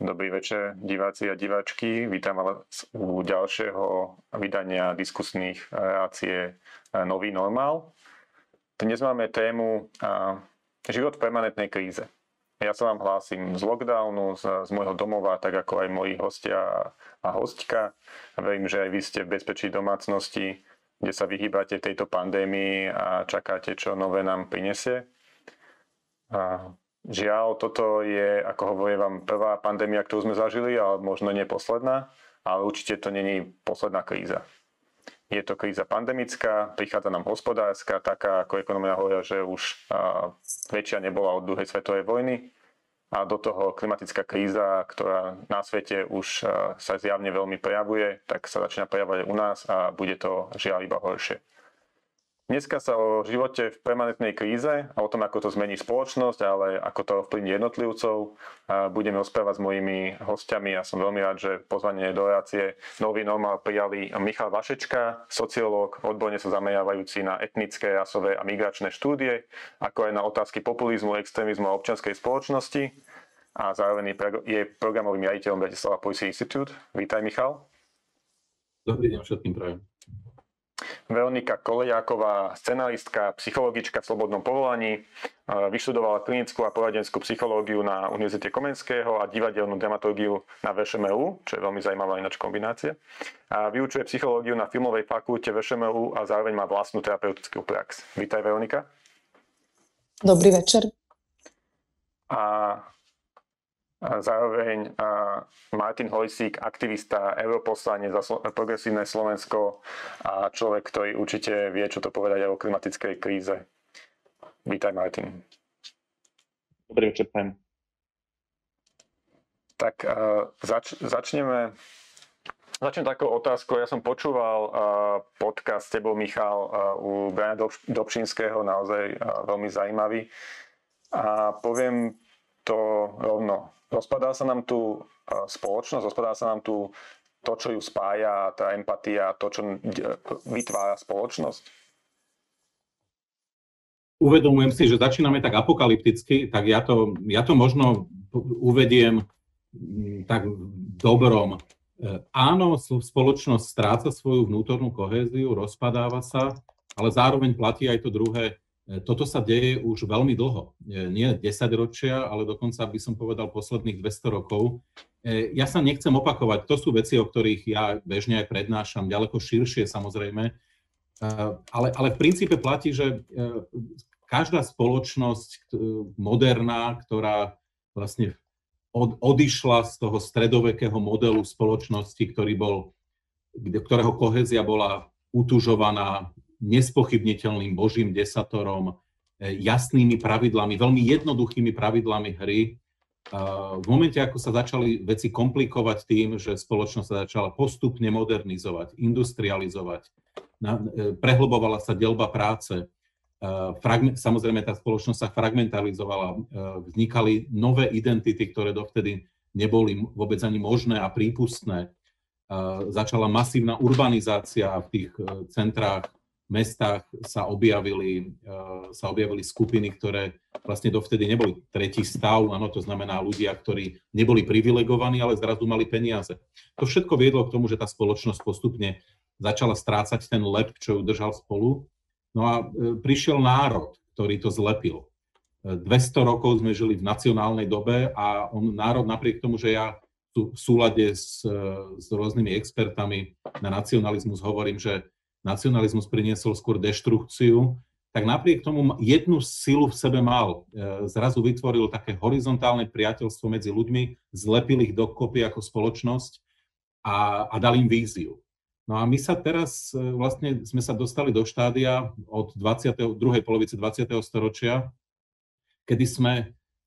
Dobrý večer, diváci a diváčky. Vítam vás u ďalšieho vydania diskusných relácie Nový normál. Dnes máme tému život v permanentnej kríze. Ja sa vám hlásim z lockdownu, z môjho domova, tak ako aj moji hostia a hostka. Verím, že aj vy ste v bezpečí domácnosti, kde sa vyhýbate tejto pandémii a čakáte, čo nové nám prinesie. Žiaľ, toto je, ako hovorím vám, prvá pandémia, ktorú sme zažili, ale možno nie posledná, ale určite to není posledná kríza. Je to kríza pandemická, prichádza nám hospodárska, taká, ako ekonomia hovoria, že už väčšia nebola od druhej svetovej vojny. A do toho klimatická kríza, ktorá na svete už sa zjavne veľmi prejavuje, tak sa začína prejavovať u nás a bude to žiaľ iba horšie. Dneska sa o živote v permanentnej kríze a o tom, ako to zmení spoločnosť, ale ako to ovplyvní jednotlivcov, budeme rozprávať s mojimi hostiami. Ja som veľmi rád, že pozvanie do relácie Nový normál prijali Michal Vašečka, sociológ, odborne sa zameriavajúci na etnické, rasové a migračné štúdie, ako aj na otázky populizmu, extrémizmu a občianskej spoločnosti. A zároveň je programovým riaditeľom Bratislava Policy Institute. Vítaj, Michal. Dobrý deň všetkým prajem. Veronika Kolejáková, scenáristka, psychologička v slobodnom povolaní, vyštudovala klinickú a poradenskú psychológiu na Univerzite Komenského a divadelnú dramaturgiu na VŠMU, čo je veľmi zaujímavá ináč kombinácia. A vyučuje psychológiu na filmovej fakulte VŠMU a zároveň má vlastnú terapeutickú prax. Vítaj, Veronika. Dobrý večer. A zároveň Martin Hojsík, aktivista, europoslanec za progresívne Slovensko a človek, ktorý určite vie, čo to povedať aj o klimatickej kríze. Vítaj, Martin. Dobrý večer, prajem. Tak začnem takou otázkou. Ja som počúval podcast s tebou, Michal, u Brana Dobšinského, naozaj veľmi zaujímavý. A poviem to rovno. Rozpadá sa nám tu spoločnosť, rozpadá sa nám tu to, čo ju spája, tá empatia, to, čo vytvára spoločnosť? Uvedomujem si, že začíname tak apokalypticky, tak ja to možno uvediem tak dobrom. Áno, spoločnosť stráca svoju vnútornú kohéziu, rozpadáva sa, ale zároveň platí aj to druhé. Toto sa deje už veľmi dlho. Nie 10 ročia, ale dokonca by som povedal posledných 200 rokov. Ja sa nechcem opakovať, to sú veci, o ktorých ja bežne aj prednášam, ďaleko širšie samozrejme, ale v princípe platí, že každá spoločnosť moderná, ktorá vlastne odišla z toho stredovekého modelu spoločnosti, ktorého kohézia bola utužovaná nespochybniteľným Božím desatorom, jasnými pravidlami, veľmi jednoduchými pravidlami hry. V momente, ako sa začali veci komplikovať tým, že spoločnosť sa začala postupne modernizovať, industrializovať, prehlbovala sa deľba práce, samozrejme tá spoločnosť sa fragmentalizovala, vznikali nové identity, ktoré dovtedy neboli vôbec ani možné a prípustné. Začala masívna urbanizácia v tých centrách, mestách sa objavili skupiny, ktoré vlastne dovtedy neboli tretí stav, áno, to znamená ľudia, ktorí neboli privilegovaní, ale zrazu mali peniaze. To všetko viedlo k tomu, že tá spoločnosť postupne začala strácať ten lep, čo ju držal spolu. No a prišiel národ, ktorý to zlepil. 200 rokov sme žili v nacionálnej dobe a národ, napriek tomu, že ja tu v súlade s rôznymi expertami na nacionalizmus hovorím, že nacionalizmus priniesol skôr deštrukciu, tak napriek tomu jednu silu v sebe mal. Zrazu vytvoril také horizontálne priateľstvo medzi ľuďmi, zlepil ich dokopy ako spoločnosť a dal im víziu. No a my sa teraz vlastne sme sa dostali do štádia od druhej polovice 20. storočia, kedy sme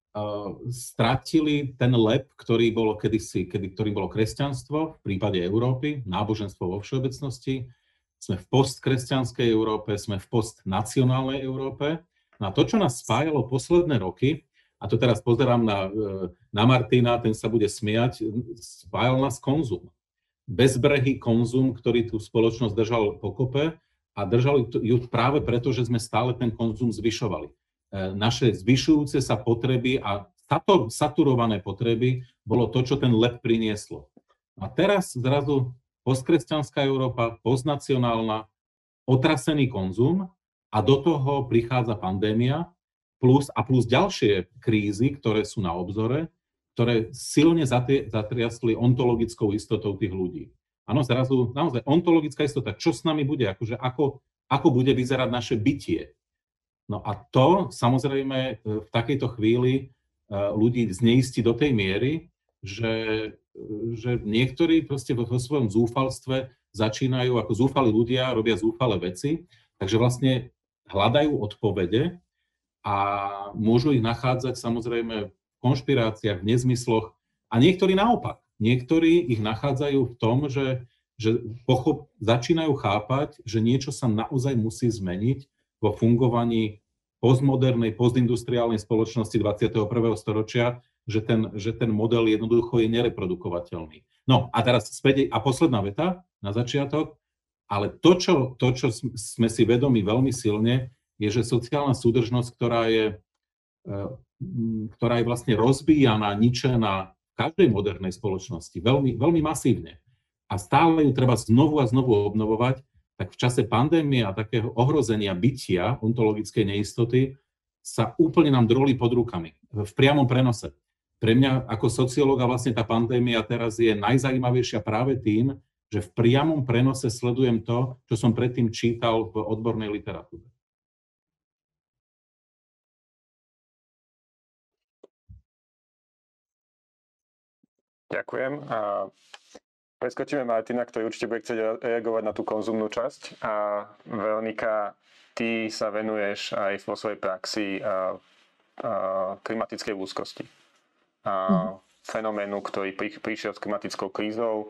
stratili ten lep, ktorý bolo ktorým bolo kresťanstvo v prípade Európy, náboženstvo vo všeobecnosti. Sme v postkresťanskej Európe, sme v postnacionálnej Európe. No a to, čo nás spájalo posledné roky, a to teraz pozerám na Martina, ten sa bude smiať, spájal nás konzum. Bezbrehý konzum, ktorý tú spoločnosť držal pokope a držali ju práve preto, že sme stále ten konzum zvyšovali. Naše zvyšujúce sa potreby a saturované potreby bolo to, čo ten lep prinieslo. A teraz zrazu postkresťanská Európa, postnacionálna, otrasený konzum a do toho prichádza pandémia plus ďalšie krízy, ktoré sú na obzore, ktoré silne zatriasli ontologickou istotou tých ľudí. Áno, zrazu naozaj ontologická istota, čo s nami bude, akože ako bude vyzerať naše bytie. No a to samozrejme v takejto chvíli ľudí zneistí do tej miery, že niektorí proste vo svojom zúfalstve začínajú ako zúfali ľudia, robia zúfale veci, takže vlastne hľadajú odpovede a môžu ich nachádzať samozrejme v konšpiráciách, v nezmysloch a niektorí naopak. Niektorí ich nachádzajú v tom, že začínajú chápať, že niečo sa naozaj musí zmeniť vo fungovaní postmodernej, postindustriálnej spoločnosti 21. storočia, že ten model jednoducho je nereprodukovateľný. No a teraz späť, a posledná veta na začiatok, ale to, čo sme si vedomi veľmi silne, je, že sociálna súdržnosť, ktorá je vlastne rozbíjaná, ničená v každej modernej spoločnosti, veľmi, veľmi masívne. A stále ju treba znovu a znovu obnovovať, tak v čase pandémie a takého ohrozenia bytia, ontologickej neistoty, sa úplne nám drolí pod rukami, v priamom prenose. Pre mňa ako sociológa vlastne tá pandémia teraz je najzajímavejšia práve tým, že v priamom prenose sledujem to, čo som predtým čítal v odbornej literatúre. Ďakujem. A preskočíme Martina, ktorý určite bude chcieť reagovať na tú konzumnú časť. A Veronika, ty sa venuješ aj vo svojej praxi klimatickej úzkosti. Fenoménu, ktorý prišiel s klimatickou krízou,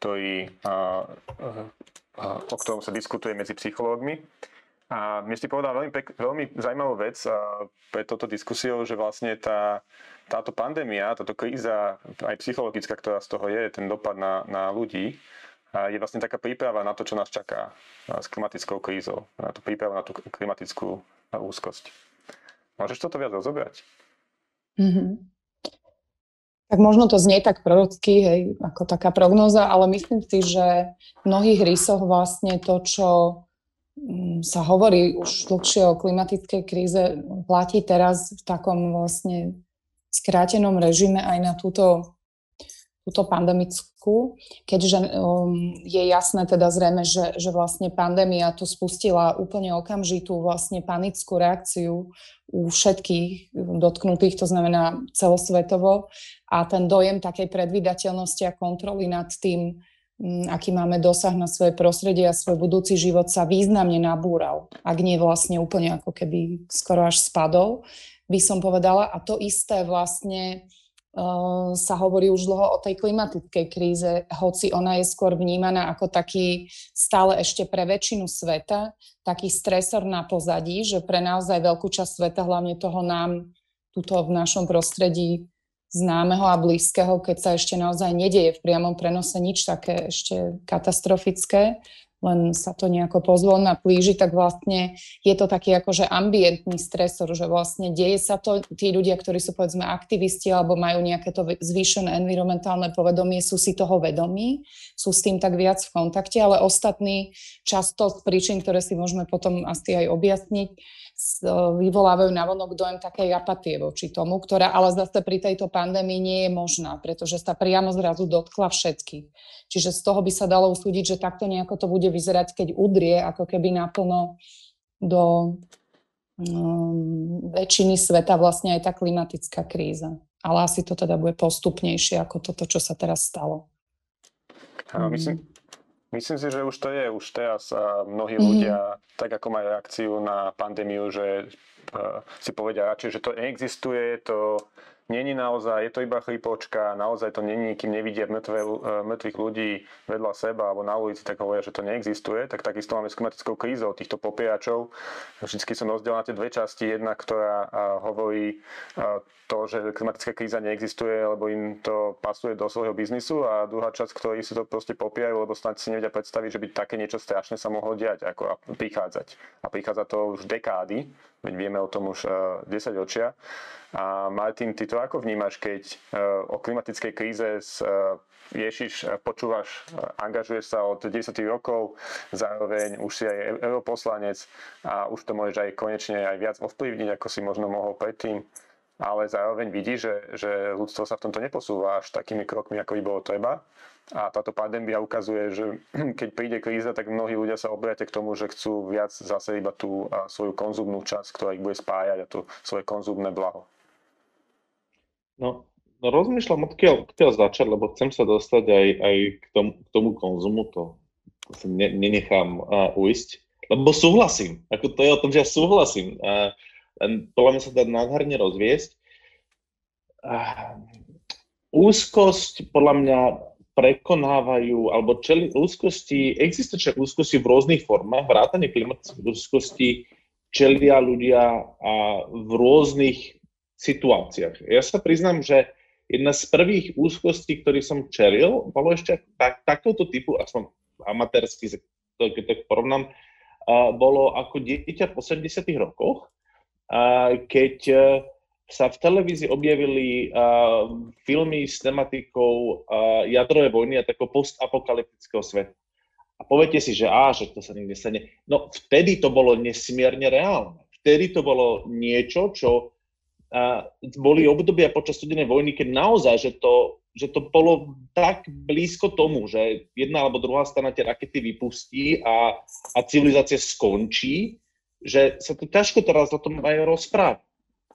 o ktorom sa diskutuje medzi psychológmi. A mne si povedal veľmi zaujímavú vec pre touto diskusiou, že vlastne táto pandémia, táto kríza, aj psychologická, ktorá z toho je, ten dopad na ľudí, je vlastne taká príprava na to, čo nás čaká s klimatickou krízou. Na tú prípravu na tú klimatickú úzkosť. Môžeš toto viac rozobrať? Tak možno to znie tak prorocky, hej, ako taká prognóza, ale myslím si, že v mnohých rysoch vlastne to, čo sa hovorí už dlhšie o klimatickej kríze, platí teraz v takom vlastne skrátenom režime aj na túto pandemickú, keďže je jasné teda zrejme, že vlastne pandémia to spustila úplne okamžitú vlastne panickú reakciu u všetkých dotknutých, to znamená celosvetovo, a ten dojem takej predvídateľnosti a kontroly nad tým, aký máme dosah na svoje prostredie a svoj budúci život, sa významne nabúral, ak nie vlastne úplne ako keby skoro až spadol, by som povedala. A to isté vlastne sa hovorí už dlho o tej klimatickej kríze, hoci ona je skôr vnímaná ako taký stále ešte pre väčšinu sveta, taký stresor na pozadí, že pre naozaj veľkú časť sveta, hlavne toho nám tuto v našom prostredí známeho a blízkeho, keď sa ešte naozaj nedieje v priamom prenose nič také ešte katastrofické, len sa to nejako pozvolna plíži, tak vlastne je to taký akože ambientný stresor, že vlastne deje sa to, tí ľudia, ktorí sú povedzme aktivisti alebo majú nejaké to zvýšené environmentálne povedomie, sú si toho vedomí, sú s tým tak viac v kontakte, ale ostatní často z príčin, ktoré si môžeme potom asi aj objasniť, vyvolávajú navonok dojem takej apatie voči tomu, ktorá ale zase pri tejto pandémii nie je možná, pretože sa priamo zrazu dotkla všetkých. Čiže z toho by sa dalo usúdiť, že takto nejako to bude vyzerať, keď udrie ako keby naplno do väčšiny sveta vlastne aj tá klimatická kríza. Ale asi to teda bude postupnejšie ako toto, čo sa teraz stalo. Myslím si, že už to je. Už teraz mnohí ľudia, tak ako majú reakciu na pandémiu, že si povedia radšej, že to neexistuje, to není naozaj, je to iba chrípočka, naozaj to není, kým nevidia mŕtvych ľudí vedľa seba alebo na ulici, tak hovoria, že to neexistuje. Tak takisto máme s klimatickou krízou týchto popieračov. Vždycky som rozdiel na tie dve časti. Jedna, ktorá hovorí to, že klimatická kríza neexistuje, lebo im to pasuje do svojho biznisu, a druhá časť, ktorí si to proste popierajú, lebo snáď si nevedia predstaviť, že by také niečo strašné sa mohlo diať, ako prichádzať. A prichádza to už dekády, veď vieme o tom už 10 ročia. A Martin, ty to ako vnímaš, keď o klimatickej kríze počúvaš, angažuješ sa od 10 rokov, zároveň už si aj europoslanec a už to môžeš aj konečne aj viac ovplyvniť, ako si možno mohol predtým, ale zároveň vidíš, že ľudstvo sa v tomto neposúva až takými krokmi, ako by bolo treba. A táto pandémia ukazuje, že keď príde kríza, tak mnohí ľudia sa obratia k tomu, že chcú viac zase iba tú svoju konzumnú časť, ktorá ich bude spájať a to svoje konzumné blaho. No rozmýšľam, odkiaľ začať, lebo chcem sa dostať aj k tomu konzumu, to si nenechám ujsť, lebo súhlasím, ako to je o tom, že ja súhlasím. Podľa mňa sa dá nádherne rozviesť. Úzkosť podľa mňa prekonávajú, alebo existujúce úzkosti v rôznych formách, vrátane klimatických úzkosti čelia ľudia v rôznych situáciách. Ja sa priznám, že jedna z prvých úzkostí, ktorý som čelil, bolo ešte takéhoto typu, aspoň amatérsky, keď tak porovnám, bolo ako dieťa po 70 rokoch, keď sa v televízii objavili filmy s tematikou jadrovej vojny a takého postapokalyptického sveta. A poviete si, že to sa nikdy nestane. No vtedy to bolo nesmierne reálne. Vtedy to bolo niečo, čo boli obdobia počas studenej vojny, keď naozaj, že to bolo tak blízko tomu, že jedna alebo druhá strana tie rakety vypustí a civilizácia skončí, že sa to ťažko teraz o tom aj rozprávať.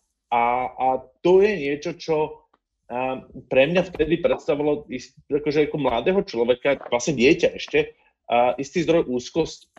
A to je niečo, čo pre mňa vtedy predstavovalo akože ako mladého človeka, vlastne dieťa ešte, istý zdroj úzkosti.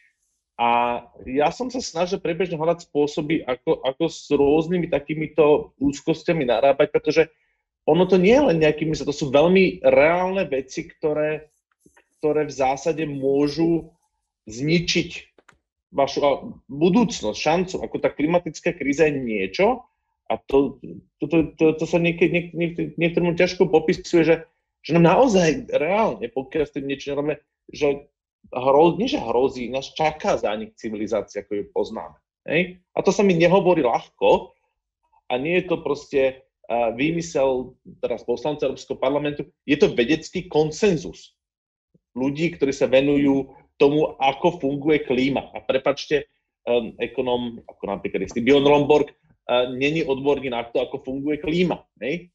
A ja som sa snažil priebežne hľadať spôsoby, ako s rôznymi takýmito úzkostiami narábať, pretože ono to nie je len nejakými, to sú veľmi reálne veci, ktoré v zásade môžu zničiť vašu budúcnosť, šancu. Ako tá klimatická kríza je niečo, a to sa niektorým ťažko popisuje, že nám naozaj reálne, pokiaľ s tým niečo nerobíme, že nie že hrozí, nás čaká zánik civilizácie, ako ju poznáme. Hej? A to sa mi nehovorí ľahko a nie je to proste výmysel teraz poslancov Európskeho parlamentu, je to vedecký konsenzus ľudí, ktorí sa venujú tomu, ako funguje klíma. A prepáčte, ekonóm, ako napríklad istý Bjorn Lomborg, není odborný na to, ako funguje klíma. Hej?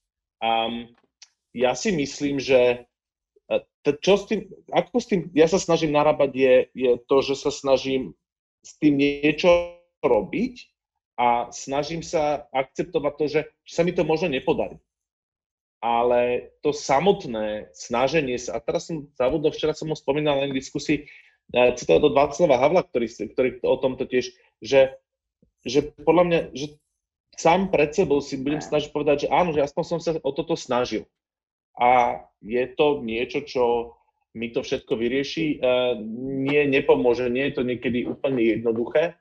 Ja si myslím, že ako s tým ja sa snažím narábať, je to, že sa snažím s tým niečo robiť a snažím sa akceptovať to, že sa mi to možno nepodarí. Ale to samotné snaženie sa, a teraz som zabudol, včera som ho spomínal na diskusii, citát od Václava Havla, ktorý o tomto tiež, že podľa mňa, že sám pred sebou si budem snažiť povedať, že áno, že aspoň som sa o toto snažil. A je to niečo, čo mi to všetko vyrieši. Nepomôže, nie je to niekedy úplne jednoduché.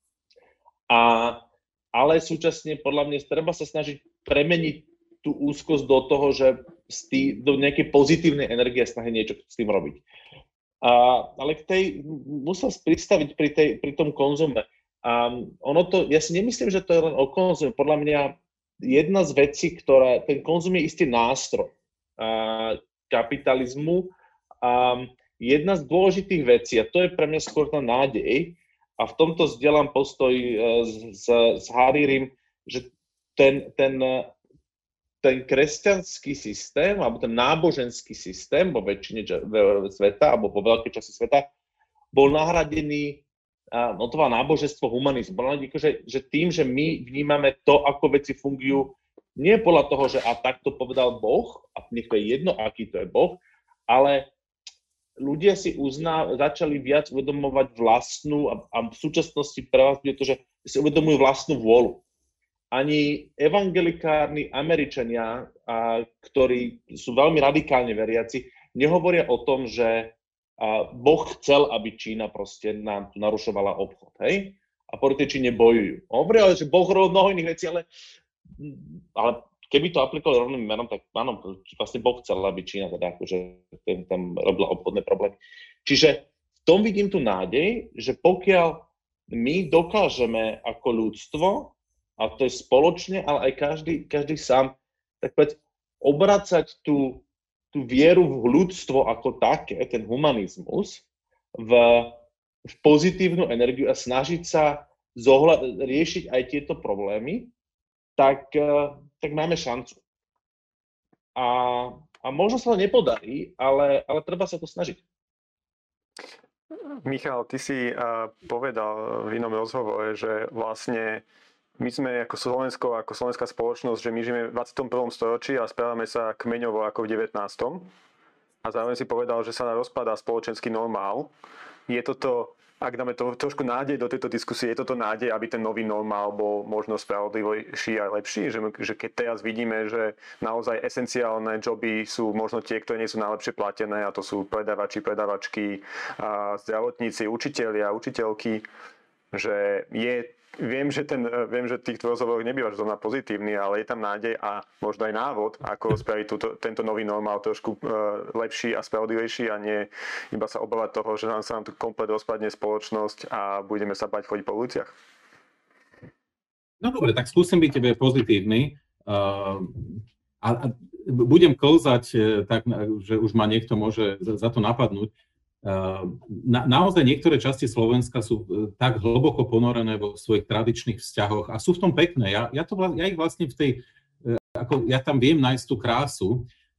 Ale súčasne podľa mňa treba sa snažiť premeniť tú úzkosť do toho, že do nejakej pozitívnej energie snahy niečo s tým robiť. Ale musel pristaviť pri tom konzume. Ja si nemyslím, že to je len o konzume. Podľa mňa jedna z vecí, ten konzum je istý nástroj kapitalizmu. Jedna z dôležitých vecí, a to je pre mňa skôr tá nádej, a v tomto zdieľam postoj s Haririm, že ten kresťanský systém, alebo ten náboženský systém vo väčšine sveta, alebo po veľkej časti sveta, bol nahradený to bolo náboženstvo, humanizmus. Že tým, že my vnímame to, ako veci fungujú, nie podľa toho, že takto povedal Boh, a nech to je jedno, aký to je Boh, ale ľudia si začali viac uvedomovať vlastnú, a v súčasnosti pre vás je to, že si uvedomujú vlastnú vôľu. Ani evangelikárni Američania, ktorí sú veľmi radikálne veriaci, nehovoria o tom, že Boh chcel, aby Čína proste nám tu narušovala obchod, hej? A proti Číne bojujú. Hovoria, že Boh robil mnoho iných vecí, ale keby to aplikovali rovným menom, tak áno, vlastne Boh chcel, aby Čína teda akože tam robila obchodné problémy. Čiže v tom vidím tú nádej, že pokiaľ my dokážeme ako ľudstvo, a to je spoločne, ale aj každý sám, tak povedz, obracať tú vieru v ľudstvo ako také, ten humanizmus, v pozitívnu energiu a snažiť sa riešiť aj tieto problémy, tak máme šancu. A možno sa to nepodarí, ale treba sa to snažiť. Michal, ty si povedal v inom rozhovore, že vlastne my sme ako Slovensko, ako slovenská spoločnosť, že my žijeme v 21. storočí a správame sa kmeňovo ako v 19. A zároveň si povedal, že sa nám rozpadá spoločenský normál. Je toto, ak dáme to trošku nádej do tejto diskusie, je toto nádej, aby ten nový normál bol možno spravodlivejší a lepší? Že keď teraz vidíme, že naozaj esenciálne joby sú možno tie, ktoré nie sú najlepšie platené, a to sú predávači, predávačky, zdravotníci, učitelia, učiteľky, že Viem, že v týchto rozhovoroch nebývaš zrovna pozitívny, ale je tam nádej a možno aj návod, ako spraviť tento nový normál trošku lepší a spravodlivejší a nie iba sa obávať toho, že sa nám tu komplet rozpadne spoločnosť a budeme sa bať chodiť po uliciach. No dobre, tak skúsim byť pozitívny a budem klzať tak, že už ma niekto môže za to napadnúť. Naozaj niektoré časti Slovenska sú tak hlboko ponorené vo svojich tradičných vzťahoch a sú v tom pekné. Ja ich vlastne ja tam viem nájsť tú krásu.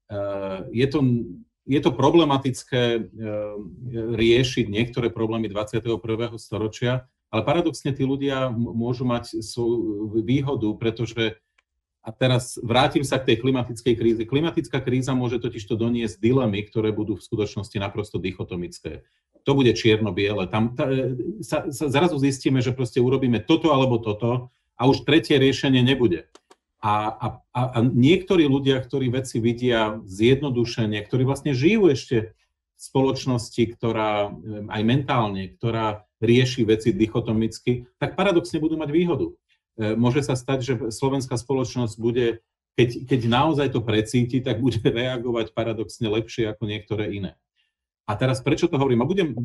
Je to problematické riešiť niektoré problémy 21. storočia, ale paradoxne tí ľudia môžu mať svoju výhodu, pretože a teraz vrátim sa k tej klimatickej kríze. Klimatická kríza môže totižto doniesť dilemy, ktoré budú v skutočnosti naprosto dichotomické. To bude čierno-biele. Tam sa zrazu zistíme, že proste urobíme toto alebo toto a už tretie riešenie nebude. A niektorí ľudia, ktorí veci vidia zjednodušene, ktorí vlastne žijú ešte v spoločnosti, ktorá aj mentálne, ktorá rieši veci dichotomicky, tak paradoxne budú mať výhodu. Môže sa stať, že slovenská spoločnosť bude, keď naozaj to precíti, tak bude reagovať paradoxne lepšie ako niektoré iné. A teraz prečo to hovorím? A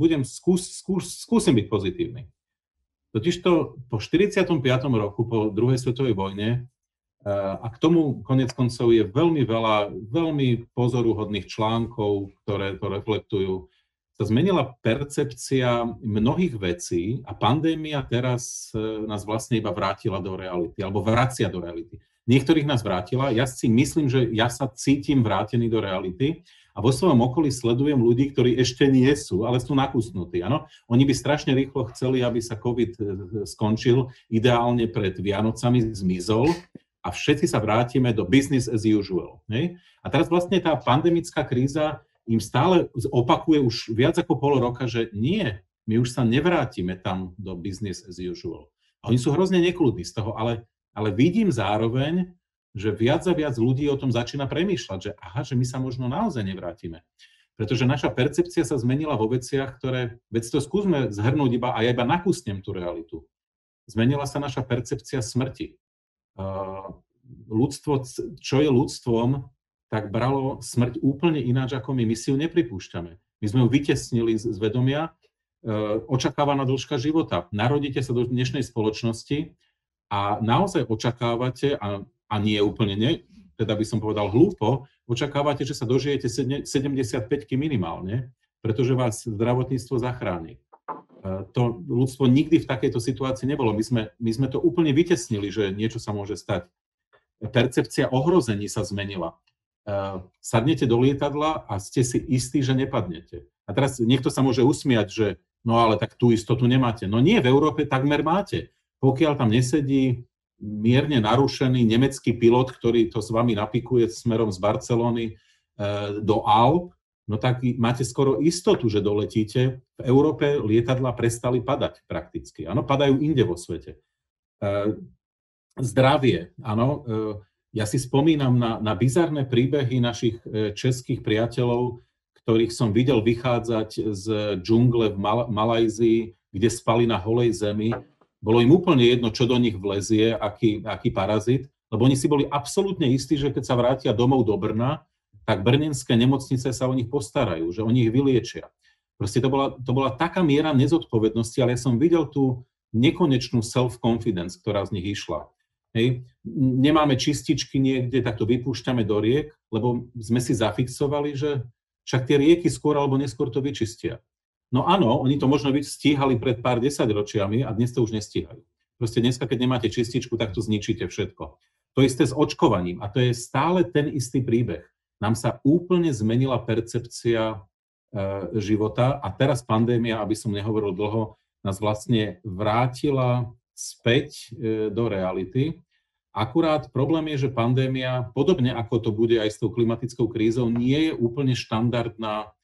skúsim byť pozitívny. Totižto po 45. roku, po druhej svetovej vojne, a k tomu konec koncov je veľmi veľa veľmi pozoruhodných článkov, ktoré to reflektujú, sa zmenila percepcia mnohých vecí a pandémia teraz nás vlastne iba vrátila do reality, alebo vracia do reality. Niektorých nás vrátila, ja si myslím, že ja sa cítim vrátený do reality a vo svojom okolí sledujem ľudí, ktorí ešte nie sú, ale sú nakusnutí. Áno? Oni by strašne rýchlo chceli, aby sa COVID skončil, ideálne pred Vianocami zmizol a všetci sa vrátime do business as usual. Ne? A teraz vlastne tá pandemická kríza im stále opakuje už viac ako pol roka, že nie, my už sa nevrátime tam do business as usual. A oni sú hrozne nekľudní z toho, ale vidím zároveň, že viac a viac ľudí o tom začína premýšľať, že že my sa možno naozaj nevrátime. Pretože naša percepcia sa zmenila vo veciach, veď to skúsme zhrnúť ja iba nakusnem tú realitu. Zmenila sa naša percepcia smrti. Ľudstvo, čo je ľudstvom, tak bralo smrť úplne ináč, ako my si ju nepripúšťame. My sme ju vytesnili z vedomia, očakávaná dĺžka života. Narodíte sa do dnešnej spoločnosti a naozaj očakávate, a nie úplne teda by som povedal hlúpo, očakávate, že sa dožijete 75-ky minimálne, pretože vás zdravotníctvo zachráni. To ľudstvo nikdy v takejto situácii nebolo. My sme to úplne vytesnili, že niečo sa môže stať. Percepcia ohrození sa zmenila. Sadnete do lietadla a ste si istí, že nepadnete. A teraz niekto sa môže usmiať, že no ale tak tú istotu nemáte. No nie, v Európe takmer máte. Pokiaľ tam nesedí mierne narušený nemecký pilot, ktorý to s vami napikuje smerom z Barcelony do Alp, no tak máte skoro istotu, že doletíte. V Európe lietadlá prestali padať prakticky. Áno, padajú inde vo svete. Zdravie, áno. Ja si spomínam na bizarné príbehy našich českých priateľov, ktorých som videl vychádzať z džungle v Malajzii, kde spali na holej zemi. Bolo im úplne jedno, čo do nich vlezie, aký parazit, lebo oni si boli absolútne istí, že keď sa vrátia domov do Brna, tak brnenské nemocnice sa o nich postarajú, že oni ich vyliečia. Proste to bola taká miera nezodpovednosti, ale ja som videl tú nekonečnú self-confidence, ktorá z nich išla. Hej. Nemáme čističky niekde, tak to vypúšťame do riek, lebo sme si zafixovali, že však tie rieky skôr alebo neskôr to vyčistia. No áno, oni to možno stíhali pred pár desaťročiami a dnes to už nestíhajú. Proste dneska, keď nemáte čističku, tak to zničíte všetko. To isté s očkovaním a to je stále ten istý príbeh. Nám sa úplne zmenila percepcia života a teraz pandémia, aby som nehovoril dlho, nás vlastne vrátila späť do reality. Akurát problém je, že pandémia, podobne ako to bude aj s tou klimatickou krízou, nie je úplne štandardná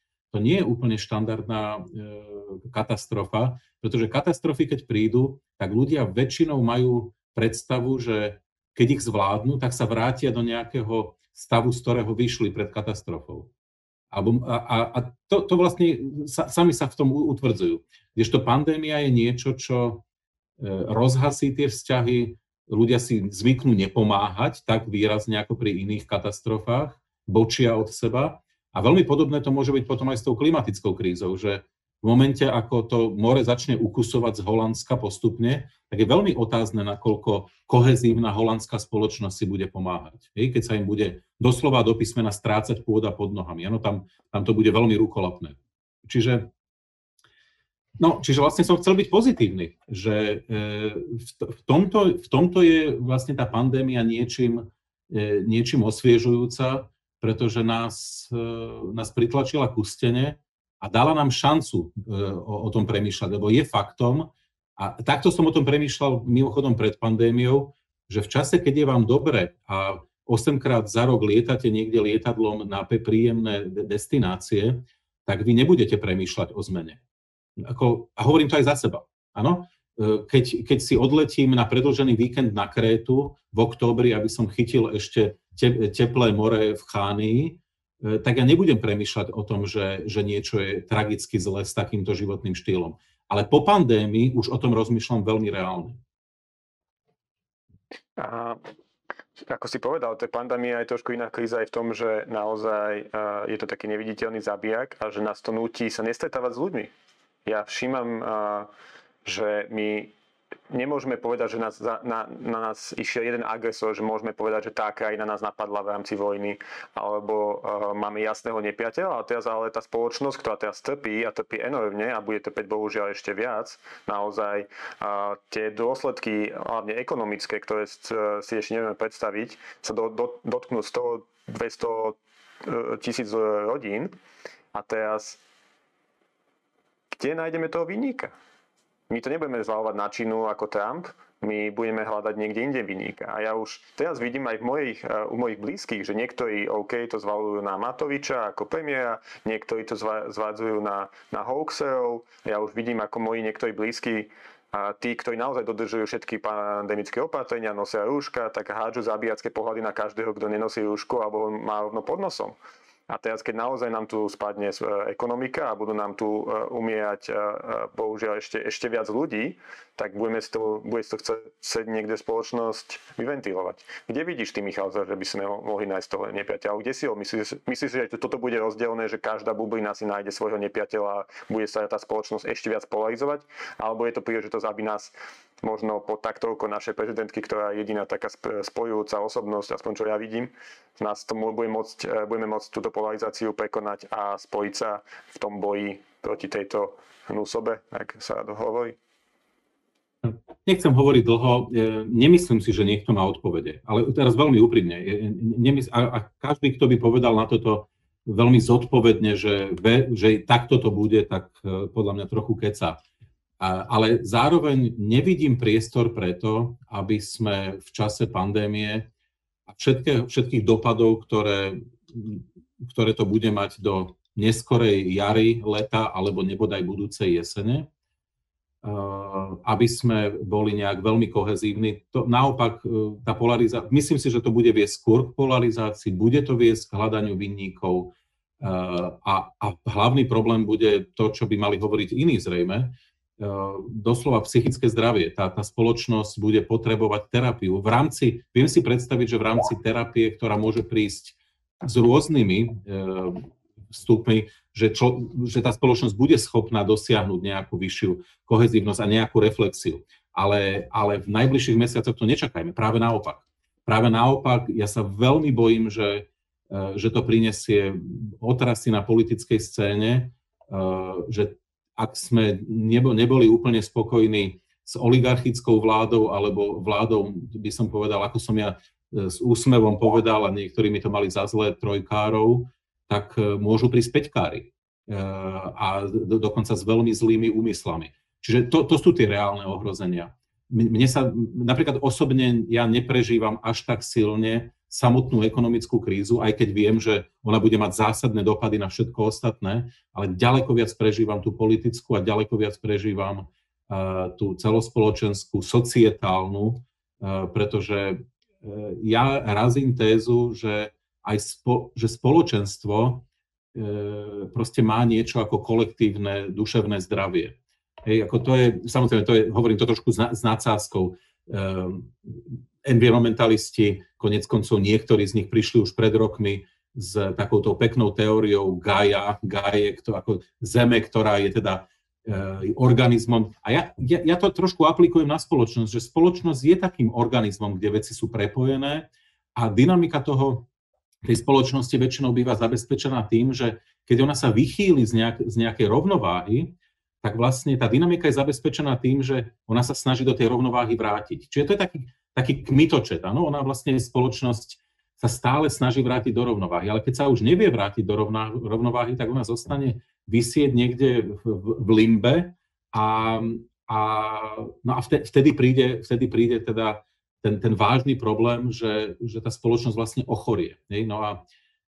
katastrofa, pretože katastrofy, keď prídu, tak ľudia väčšinou majú predstavu, že keď ich zvládnu, tak sa vrátia do nejakého stavu, z ktorého vyšli pred katastrofou. A to vlastne sami sa v tom utvrdzujú. Kdežto pandémia je niečo, čo rozhasí tie vzťahy, ľudia si zvyknú nepomáhať tak výrazne ako pri iných katastrofách, bočia od seba. A veľmi podobné to môže byť potom aj s tou klimatickou krízou, že v momente, ako to more začne ukusovať z Holandska postupne, tak je veľmi otázne, nakoľko kohezívna holandská spoločnosť si bude pomáhať. Keď sa im bude doslova do písmena strácať pôda pod nohami. Ano, tam to bude veľmi rukolapné. Čiže vlastne som chcel byť pozitívny, že v tomto je vlastne tá pandémia niečím osviežujúca, pretože nás pritlačila ku stene a dala nám šancu o tom premýšľať, lebo je faktom, a takto som o tom premýšľal mimochodom pred pandémiou, že v čase, keď je vám dobre a 8-krát za rok lietate niekde lietadlom na príjemné destinácie, tak vy nebudete premýšľať o zmene. A hovorím to aj za seba. Áno? Keď si odletím na predĺžený víkend na Krétu v októbri, aby som chytil ešte teplé more v Chánii, tak ja nebudem premýšľať o tom, že niečo je tragicky zlé s takýmto životným štýlom. Ale po pandémii už o tom rozmýšľam veľmi reálne. A ako si povedal, tá pandémia je trošku iná kríza aj v tom, že naozaj je to taký neviditeľný zabijak a že nás to núti sa nestretávať s ľuďmi. Ja všímam, že my nemôžeme povedať, že na nás išiel jeden agresor, že môžeme povedať, že tá krajina nás napadla v rámci vojny, alebo máme jasného nepriateľa, ale teraz ale tá spoločnosť, ktorá teraz trpí a trpí enormne a bude trpeť bohužiaľ ešte viac, naozaj tie dôsledky, hlavne ekonomické, ktoré si ešte nevieme predstaviť, sa dotknú 100-200 tisíc rodín a teraz kde nájdeme toho vinníka? My to nebudeme zvalovať na Čínu ako Trump, my budeme hľadať niekde inde vinníka. A ja už teraz vidím aj u mojich blízkych, že niektorí to zvalujú na Matoviča ako premiéra, niektorí to zvádzujú na hoaxerov. Ja už vidím, ako moji niektorí blízky, tí, ktorí naozaj dodržujú všetky pandemické opatrenia, nosia rúška, tak hádžu zabíjacké pohľady na každého, kto nenosí rúško alebo má rovno pod nosom. A teraz, keď naozaj nám tu spadne ekonomika a budú nám tu umierať bohužiaľ ešte viac ľudí, tak bude si to chcieť niekde spoločnosť vyventilovať. Kde vidíš ty, Michal, že by sme mohli nájsť toho nepriateľa? Kde si ho myslíš, že toto bude rozdelené, že každá bublina si nájde svojho nepriateľa a bude sa tá spoločnosť ešte viac polarizovať? Alebo je to príležitosť, aby nás možno pod taktovkou našej prezidentky, ktorá je jediná taká spojujúca osobnosť, aspoň čo ja vidím, nás tomu budeme môcť túto polarizáciu prekonať a spojiť sa v tom boji proti tejto hnúsobe, ak sa hovorí? Nechcem hovoriť dlho, nemyslím si, že niekto má odpovede, ale teraz veľmi úprimne. A každý, kto by povedal na toto veľmi zodpovedne, že takto to bude, tak podľa mňa trochu keca. Ale zároveň nevidím priestor preto, aby sme v čase pandémie a všetkých dopadov, ktoré to bude mať do neskorej jary, leta alebo nebodaj budúcej jesene, aby sme boli nejak veľmi kohezívni. Naopak, tá polarizácia, myslím si, že to bude viesť skôr k polarizácii, bude to viesť k hľadaniu vinníkov a hlavný problém bude to, čo by mali hovoriť iní zrejme, doslova psychické zdravie. Tá spoločnosť bude potrebovať terapiu. Viem si predstaviť, že v rámci terapie, ktorá môže prísť s rôznymi vstupmi, že tá spoločnosť bude schopná dosiahnuť nejakú vyššiu kohezívnosť a nejakú reflexiu. ale v najbližších mesiacoch to nečakajme. Práve naopak, ja sa veľmi bojím, že to prinesie otrasy na politickej scéne, že ak sme neboli úplne spokojní s oligarchickou vládou alebo vládou, by som povedal, ako som ja s úsmevom povedal, a niektorí mi to mali za zlé, trojkárov, tak môžu prísť päťkári a dokonca s veľmi zlými úmyslami. Čiže to sú tie reálne ohrozenia. Mne sa, napríklad osobne, ja neprežívam až tak silne samotnú ekonomickú krízu, aj keď viem, že ona bude mať zásadné dopady na všetko ostatné, ale ďaleko viac prežívam tú politickú a ďaleko viac prežívam tú celospoločenskú, societálnu, pretože ja razím tézu, že že spoločenstvo proste má niečo ako kolektívne duševné zdravie. Hej, ako to je, samozrejme, hovorím to trošku s nadsázkou. Environmentalisti, konec koncov niektorí z nich prišli už pred rokmi s takouto peknou teóriou Gaia, ako Zeme, ktorá je teda organizmom. A ja to trošku aplikujem na spoločnosť, že spoločnosť je takým organizmom, kde veci sú prepojené a dynamika tej spoločnosti väčšinou býva zabezpečená tým, že keď ona sa vychýli z nejakej rovnováhy, tak vlastne tá dynamika je zabezpečená tým, že ona sa snaží do tej rovnováhy vrátiť. Čiže to je taký kmitočet, áno? Ona vlastne spoločnosť sa stále snaží vrátiť do rovnováhy, ale keď sa už nevie vrátiť do rovnováhy, tak ona zostane visieť niekde v limbe a vtedy príde teda ten vážny problém, že tá spoločnosť vlastne ochorie. No a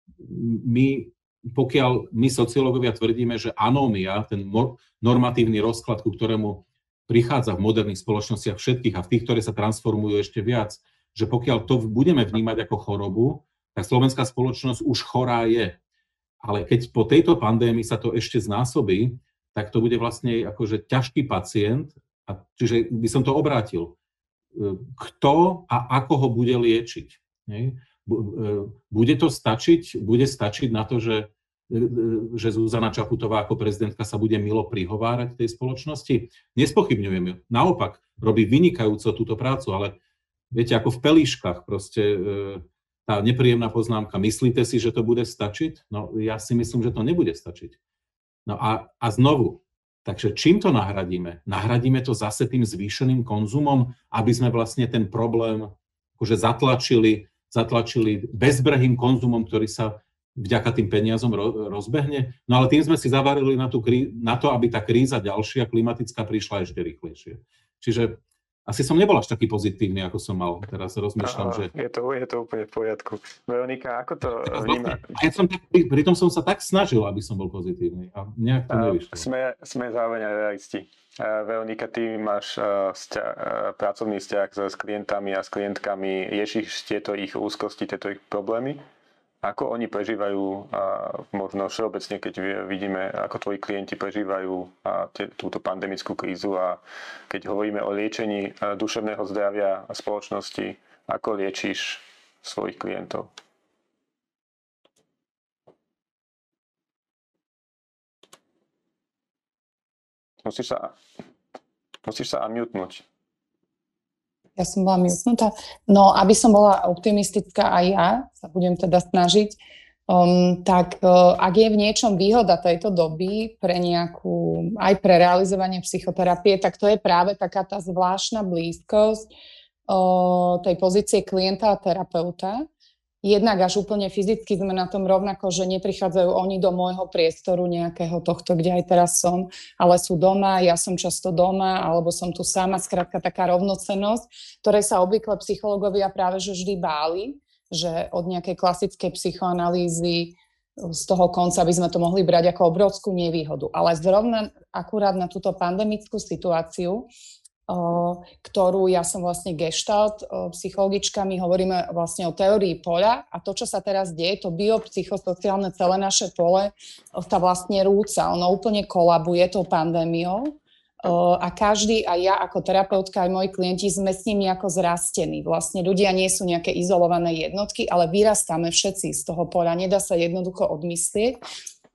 pokiaľ my sociológovia tvrdíme, že anómia, ten normatívny rozklad, ku ktorému prichádza v moderných spoločnostiach všetkých a v tých, ktoré sa transformujú ešte viac, že pokiaľ to budeme vnímať ako chorobu, tak slovenská spoločnosť už chorá je. Ale keď po tejto pandémii sa to ešte znásobí, tak to bude vlastne akože ťažký pacient, čiže by som to obrátil. Kto a ako ho bude liečiť? Bude stačiť na to, že Zuzana Čaputová ako prezidentka sa bude milo prihovárať tej spoločnosti? Nespochybňujem ju. Naopak, robí vynikajúco túto prácu, ale viete, ako v pelíškach proste tá nepríjemná poznámka. Myslíte si, že to bude stačiť? No ja si myslím, že to nebude stačiť. No a znovu, takže čím to nahradíme? Nahradíme to zase tým zvýšeným konzumom, aby sme vlastne ten problém akože zatlačili bezbrehým konzumom, ktorý sa vďaka tým peniazom rozbehne. No ale tým sme si zavarili na to, aby tá kríza ďalšia, klimatická, prišla ešte rýchlejšie. Čiže asi som nebol až taký pozitívny, ako som mal. Teraz rozmýšľam, že... Je to úplne v poriadku. Veronika, ako to vníma? Pritom som sa tak snažil, aby som bol pozitívny. A nejak to nevyšlo. Sme zároveň aj realisti. Veronika, ty máš pracovný vzťah s klientami a s klientkami. Riešiš tieto ich úzkosti, tieto ich problémy? Ako oni prežívajú, možno všeobecne, keď vidíme, ako tvoji klienti prežívajú túto pandemickú krízu a keď hovoríme o liečení duševného zdravia a spoločnosti, ako liečíš svojich klientov? Musíš sa unmutenúť. Ja som bola mutnutá. No, aby som bola optimistická aj ja, sa budem teda snažiť, tak ak je v niečom výhoda tejto doby aj pre realizovanie psychoterapie, tak to je práve taká tá zvláštna blízkosť tej pozície klienta a terapeuta. Jednak až úplne fyzicky sme na tom rovnako, že neprichádzajú oni do môjho priestoru nejakého tohto, kde aj teraz som, ale sú doma, ja som často doma, alebo som tu sama, skrátka taká rovnocennosť, ktorej sa obvykle psychológovia práve že vždy báli, že od nejakej klasickej psychoanalýzy z toho konca by sme to mohli brať ako obrovskú nevýhodu. Ale zrovna akurát na túto pandemickú situáciu, ktorú ja som vlastne gestalt psychologička, my hovoríme vlastne o teórii poľa a to, čo sa teraz deje, to biopsychosociálne celé naše pole sa vlastne rúca, ono úplne kolabuje tou pandémiou a každý, aj ja ako terapeutka, aj moji klienti sme s nimi ako zrastení. Vlastne ľudia nie sú nejaké izolované jednotky, ale vyrastáme všetci z toho poľa, nedá sa jednoducho odmyslieť.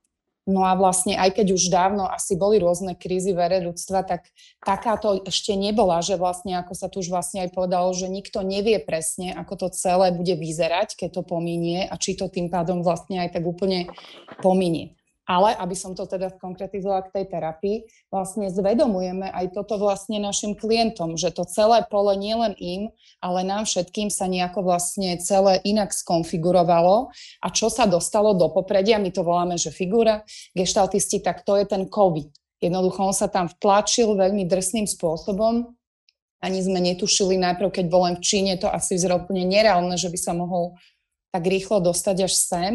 No a vlastne, aj keď už dávno asi boli rôzne krízy v ére ľudstva, tak takáto ešte nebola, že vlastne, ako sa tu už vlastne aj povedalo, že nikto nevie presne, ako to celé bude vyzerať, keď to pominie a či to tým pádom vlastne aj tak úplne pominie. Ale, aby som to teda skonkretizovala k tej terapii, vlastne zvedomujeme aj toto vlastne našim klientom, že to celé pole nielen im, ale nám všetkým sa nejako vlastne celé inak skonfigurovalo a čo sa dostalo do popredia, my to voláme, že figura, geštaltisti, tak to je ten COVID. Jednoducho on sa tam vtlačil veľmi drsným spôsobom, ani sme netušili najprv, keď bol len v Číne, to asi vyzeralo úplne nereálne, že by sa mohol tak rýchlo dostať až sem.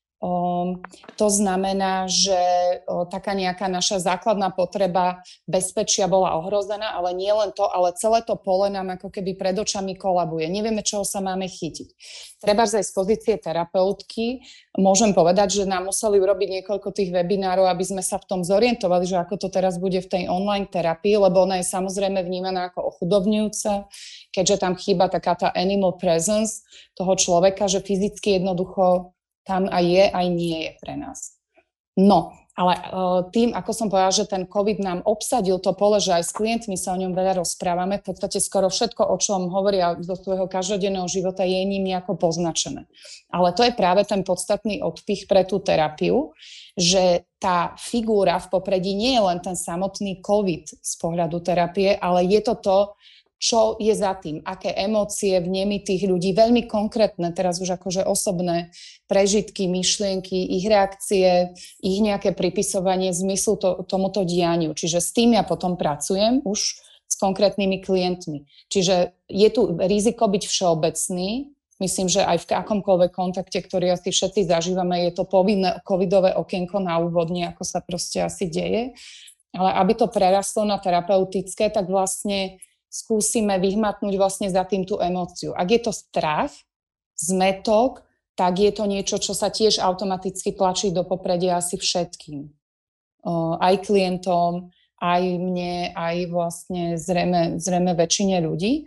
To znamená, že taká nejaká naša základná potreba bezpečia bola ohrozená, ale nie len to, ale celé to pole nám ako keby pred očami kolabuje. Nevieme, čoho sa máme chytiť. Treba aj z pozície terapeutky môžem povedať, že nám museli urobiť niekoľko tých webinárov, aby sme sa v tom zorientovali, že ako to teraz bude v tej online terapii, lebo ona je samozrejme vnímaná ako ochudobňujúca, keďže tam chýba taká tá animal presence toho človeka, že fyzicky jednoducho tam aj je, aj nie je pre nás. No, ale tým, ako som povedala, že ten COVID nám obsadil to pole, že aj s klientmi sa o ňom veľa rozprávame, v podstate skoro všetko, o čom hovoria zo svojho každodenného života, je ním nejako poznačené. Ale to je práve ten podstatný odpich pre tú terapiu, že tá figúra v popredí nie je len ten samotný COVID z pohľadu terapie, ale je to, čo je za tým, aké emócie, vnemy tých ľudí, veľmi konkrétne, teraz už akože osobné prežitky, myšlienky, ich reakcie, ich nejaké pripisovanie zmyslu tomuto dianiu. Čiže s tým ja potom pracujem už s konkrétnymi klientmi. Čiže je tu riziko byť všeobecný. Myslím, že aj v akomkoľvek kontakte, ktorý asi všetci zažívame, je to povinné covidové okienko na úvodne, ako sa proste asi deje. Ale aby to prerastlo na terapeutické, tak vlastne skúsime vyhmatnúť vlastne za tým tú emóciu. Ak je to strach, zmätok, tak je to niečo, čo sa tiež automaticky tlačí do popredia asi všetkým. Aj klientom, aj mne, aj vlastne zrejme väčšine ľudí.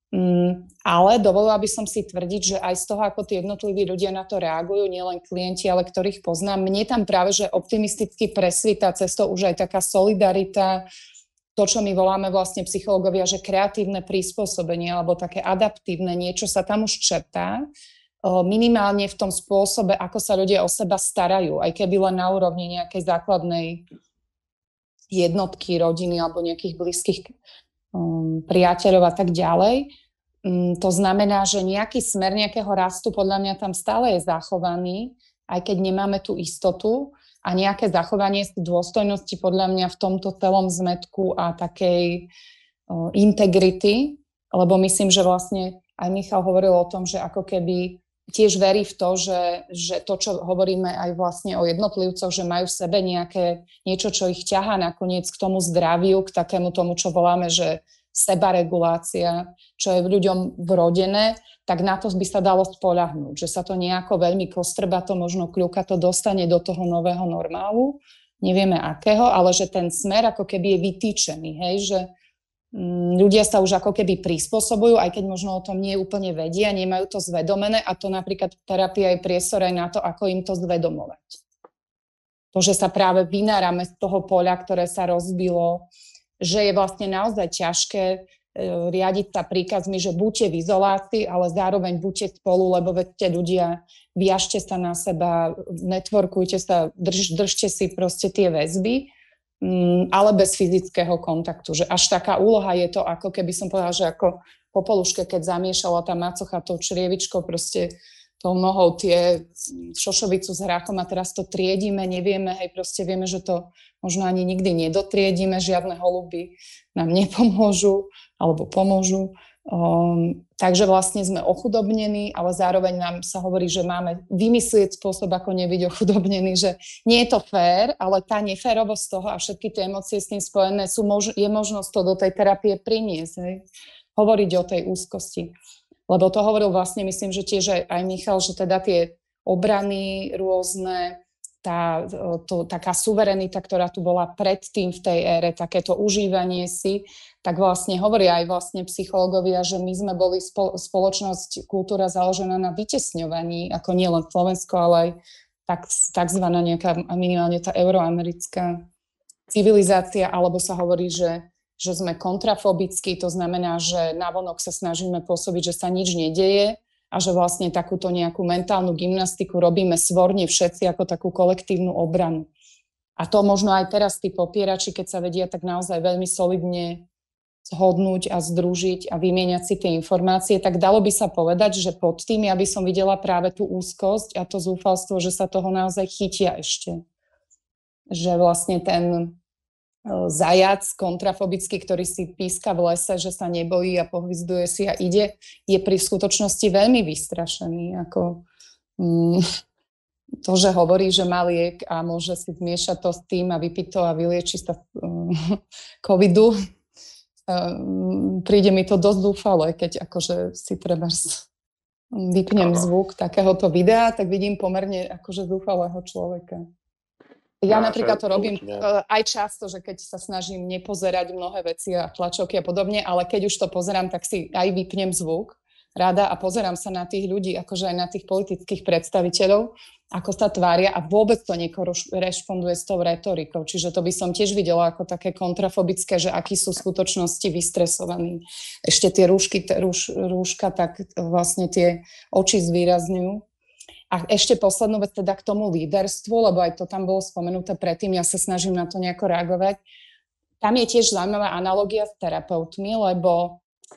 Ale dovolila by som si tvrdiť, že aj z toho, ako tí jednotliví ľudia na to reagujú, nielen klienti, ale ktorých poznám, mne tam práve, že optimisticky presvíta cestou už aj taká solidarita, to, čo my voláme vlastne psychológovia, že kreatívne prispôsobenie alebo také adaptívne niečo sa tam už čertá, minimálne v tom spôsobe, ako sa ľudia o seba starajú, aj keby len na úrovni nejakej základnej jednotky, rodiny alebo nejakých blízkych priateľov a tak ďalej. To znamená, že nejaký smer nejakého rastu podľa mňa tam stále je zachovaný, aj keď nemáme tú istotu, a nejaké zachovanie dôstojnosti podľa mňa v tomto celom zmätku a takej integrity, lebo myslím, že vlastne aj Michal hovoril o tom, že ako keby tiež verí v to, že to, čo hovoríme aj vlastne o jednotlivcoch, že majú v sebe niečo, čo ich ťahá nakoniec k tomu zdraviu, k takému tomu, čo voláme, že sebaregulácia, čo je v ľuďom vrodené, tak na to by sa dalo spoľahnúť, že sa to nejako veľmi kostrbato, možno kľúkato dostane do toho nového normálu, nevieme akého, ale že ten smer ako keby je vytýčený, hej, že ľudia sa už ako keby prispôsobujú, aj keď možno o tom nie úplne vedia, nemajú to zvedomené a to napríklad terapia je priestor aj na to, ako im to zvedomovať. To, že sa práve vynárame z toho poľa, ktoré sa rozbilo, že je vlastne naozaj ťažké riadiť sa príkazmi, že buďte v izolácii, ale zároveň buďte spolu, lebo veďte ľudia, viažte sa na seba, networkujte sa, držte si proste tie väzby, ale bez fyzického kontaktu. Že až taká úloha je to, ako keby som povedala, že ako po poluške, keď zamiešala tá macocha tou črievičkou proste tou nohou tie šošovicu s hrachom a teraz to triedíme, nevieme, hej, proste vieme, že to možno ani nikdy nedotriedíme, žiadne holuby nám nepomôžu alebo pomôžu. Takže vlastne sme ochudobnení, ale zároveň nám sa hovorí, že máme vymyslieť spôsob, ako nebyť ochudobnený, že nie je to fér, ale tá neférovosť toho a všetky tie emócie s tým spojené je možnosť to do tej terapie priniesť, hej? Hovoriť o tej úzkosti. Lebo to hovoril vlastne, myslím, že tiež aj Michal, že teda tie obrany rôzne, taká suverenita, ktorá tu bola predtým v tej ére, takéto užívanie si, tak vlastne hovoria aj vlastne psychológovia, že my sme boli spoločnosť, kultúra založená na vytesňovaní, ako nielen Slovensko, ale aj takzvaná nejaká minimálne tá euroamerická civilizácia, alebo sa hovorí, že sme kontrafobickí, to znamená, že navonok sa snažíme pôsobiť, že sa nič nedeje a že vlastne takúto nejakú mentálnu gymnastiku robíme svorne všetci ako takú kolektívnu obranu. A to možno aj teraz tí popierači, keď sa vedia tak naozaj veľmi solidne zhodnúť a združiť a vymieňať si tie informácie, tak dalo by sa povedať, že pod tým ja by som videla práve tú úzkosť a to zúfalstvo, že sa toho naozaj chytia ešte. Že vlastne ten zajac kontrafobický, ktorý si píska v lese, že sa nebojí a pohvizduje si a ide, je pri skutočnosti veľmi vystrašený. Ako, to, že hovorí, že má liek a môže si zmiešať to s tým a vypiť to a vylieči sa covidu, príde mi to dosť dúfale, keď akože si treba vypnem zvuk takéhoto videa, tak vidím pomerne akože zúfalého človeka. Ja napríklad to robím aj často, že keď sa snažím nepozerať mnohé veci a tlačovky a podobne, ale keď už to pozerám, tak si aj vypnem zvuk rada a pozerám sa na tých ľudí, akože aj na tých politických predstaviteľov, ako sa tvária a vôbec to nekorešponduje s tou retorikou. Čiže to by som tiež videla ako také kontrafobické, že akí sú v skutočnosti vystresovaní. Ešte tie rúška, tak vlastne tie oči zvýrazňujú. A ešte poslednú vec teda k tomu líderstvu, lebo aj to tam bolo spomenuté predtým, ja sa snažím na to nejako reagovať. Tam je tiež zaujímavá analogia s terapeutmi, lebo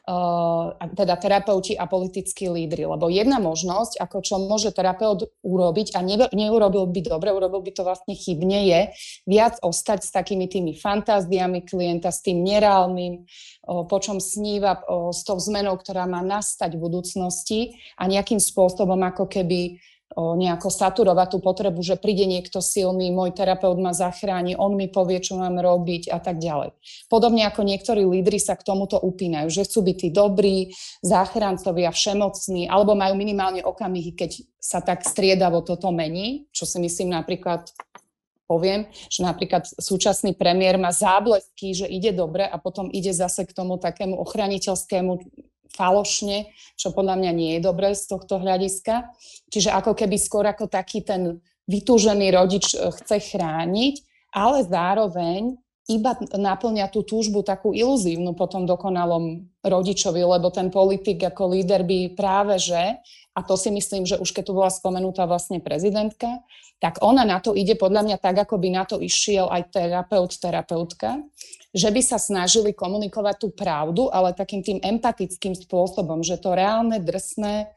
teda terapeuti a politickí lídri. Lebo jedna možnosť, ako čo môže terapeut urobiť a neurobil by dobre, urobil by to vlastne chybne, je viac ostať s takými tými fantáziami klienta, s tým nereálnym, po čom sníva, s tou zmenou, ktorá má nastať v budúcnosti a nejakým spôsobom ako keby nejako saturovať tú potrebu, že príde niekto silný, môj terapeut ma zachráni, on mi povie, čo mám robiť a tak ďalej. Podobne ako niektorí lídri sa k tomuto upínajú, že chcú byť tí dobrí, záchrancovia, všemocní, alebo majú minimálne okamihy, keď sa tak striedavo toto mení, čo si myslím napríklad, poviem, že napríklad súčasný premiér má záblesky, že ide dobre a potom ide zase k tomu takému ochraniteľskému falošne, čo podľa mňa nie je dobré z tohto hľadiska. Čiže ako keby skôr ako taký ten vytúžený rodič chce chrániť, ale zároveň iba naplňa tú túžbu takú iluzívnu po tom dokonalom rodičovi, lebo ten politik ako líder by práve že, a to si myslím, že už keď tu bola spomenutá vlastne prezidentka, tak ona na to ide podľa mňa tak, ako by na to išiel aj terapeutka, že by sa snažili komunikovať tú pravdu, ale takým tým empatickým spôsobom, že to reálne, drsné,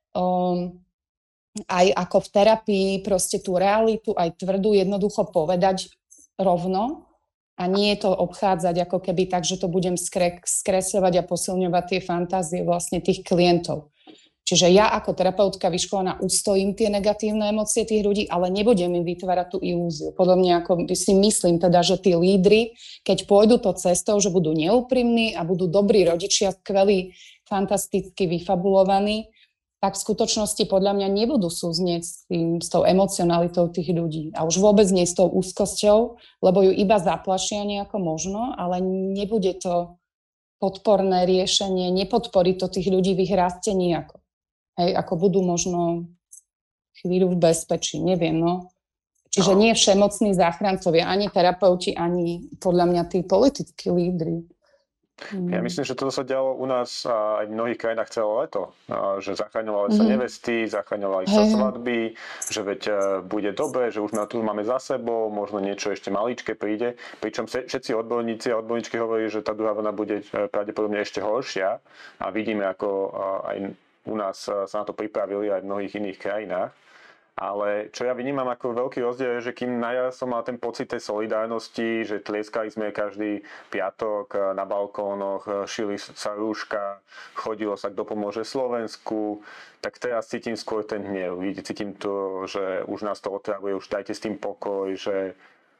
aj ako v terapii, proste tú realitu, aj tvrdú jednoducho povedať rovno a nie to obchádzať ako keby tak, že to budem skresľovať a posilňovať tie fantázie vlastne tých klientov. Čiže ja ako terapeutka vyškolená ustojím tie negatívne emócie tých ľudí, ale nebudem im vytvárať tú ilúziu. Podobne ako si myslím teda, že tí lídri, keď pôjdu to cestou, že budú neúprimní a budú dobrí rodičia, skvelí, fantasticky vyfabulovaní, tak v skutočnosti podľa mňa nebudú súznieť s tou emocionalitou tých ľudí. A už vôbec nie s tou úzkosťou, lebo ju iba zaplašia nejako možno, ale nebude to podporné riešenie, nepodporí to tých ľudí v ich raste nejako. Hej, ako budú možno chvíľu v bezpečí, neviem, no. Čiže nie všemocní záchrancovia, ani terapeuti, ani podľa mňa tí politickí lídri. Ja myslím, že toto sa dialo u nás aj v mnohých krajinách celé leto. Že zachraňovali sa nevesty, zachraňovali sa svadby, že veď bude dobre, že už tu máme za sebou, možno niečo ešte maličké príde. Pričom všetci odborníci a odborníčky hovorí, že tá druhá vlna bude pravdepodobne ešte horšia. A vidíme, ako aj u nás sa na to pripravili aj v mnohých iných krajinách. Ale čo ja vnímam ako veľký rozdiel je, že kým na som mal ten pocit tej solidárnosti, že tlieskali sme každý piatok na balkónoch, šili sa rúška, chodilo sa, kto pomôže Slovensku, tak teraz cítim skôr ten hnev. Cítim to, že už nás to otravuje, už dajte s tým pokoj, že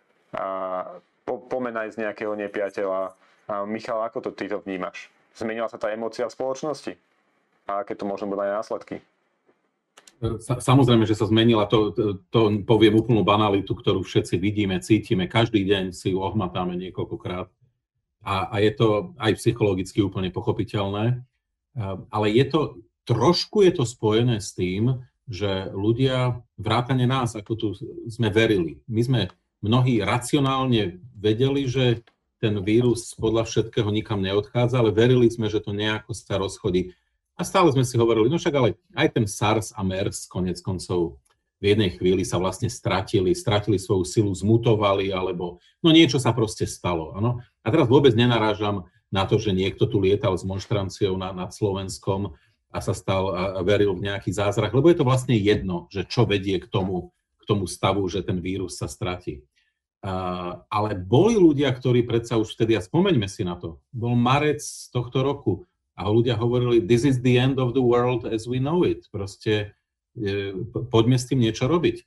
pomenaj z nejakého nepriateľa. Michal, ako to ty to vnímaš? Zmenila sa tá emócia v spoločnosti? A aké to možno budú aj následky? Samozrejme, že sa zmenila, to poviem úplnú banalitu, ktorú všetci vidíme, cítime, každý deň si ju ohmatáme niekoľkokrát a je to aj psychologicky úplne pochopiteľné, ale trošku je to spojené s tým, že ľudia, vrátane nás, ako tu sme verili. My sme mnohí racionálne vedeli, že ten vírus podľa všetkého nikam neodchádza, ale verili sme, že to nejako sa rozchodí. A stále sme si hovorili, no však ale aj ten SARS a MERS konec koncov v jednej chvíli sa vlastne stratili svoju silu, zmutovali, alebo no niečo sa proste stalo. Ano? A teraz vôbec nenarážam na to, že niekto tu lietal s monštranciou nad Slovenskom a sa stal a veril v nejaký zázrak, lebo je to vlastne jedno, že čo vedie k tomu stavu, že ten vírus sa stratí. Ale boli ľudia, ktorí predsa už vtedy, a spomeňme si na to, bol marec tohto roku a ľudia hovorili, this is the end of the world as we know it. Proste poďme s tým niečo robiť.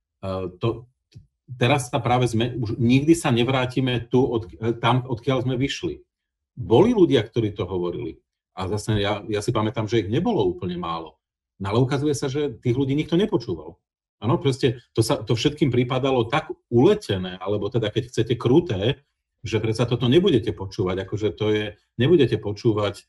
Teraz sa práve už nikdy sa nevrátime tam, odkiaľ sme vyšli. Boli ľudia, ktorí to hovorili. A zase ja si pamätám, že ich nebolo úplne málo. No ale ukazuje sa, že tých ľudí nikto nepočúval. Áno, proste to všetkým pripadalo tak uletené, alebo teda keď chcete kruté, že predsa toto nebudete počúvať, akože nebudete počúvať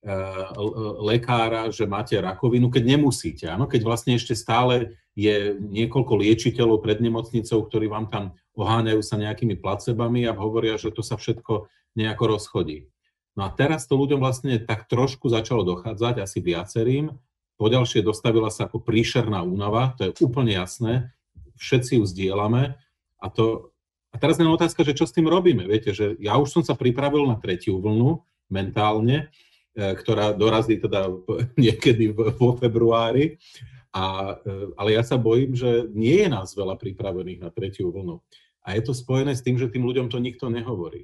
lekára, že máte rakovinu, keď nemusíte. Áno, keď vlastne ešte stále je niekoľko liečiteľov pred nemocnicou, ktorí vám tam oháňajú sa nejakými placebami a hovoria, že to sa všetko nejako rozchodí. No a teraz to ľuďom vlastne tak trošku začalo dochádzať, asi viacerým. Poďalšie dostavila sa ako príšerná únava, to je úplne jasné, všetci ju zdieľame. A teraz je otázka, že čo s tým robíme. Viete, že ja už som sa pripravil na tretiu vlnu mentálne, ktorá dorazí teda niekedy vo februári, ale ja sa bojím, že nie je nás veľa pripravených na tretiu vlnu. A je to spojené s tým, že tým ľuďom to nikto nehovorí.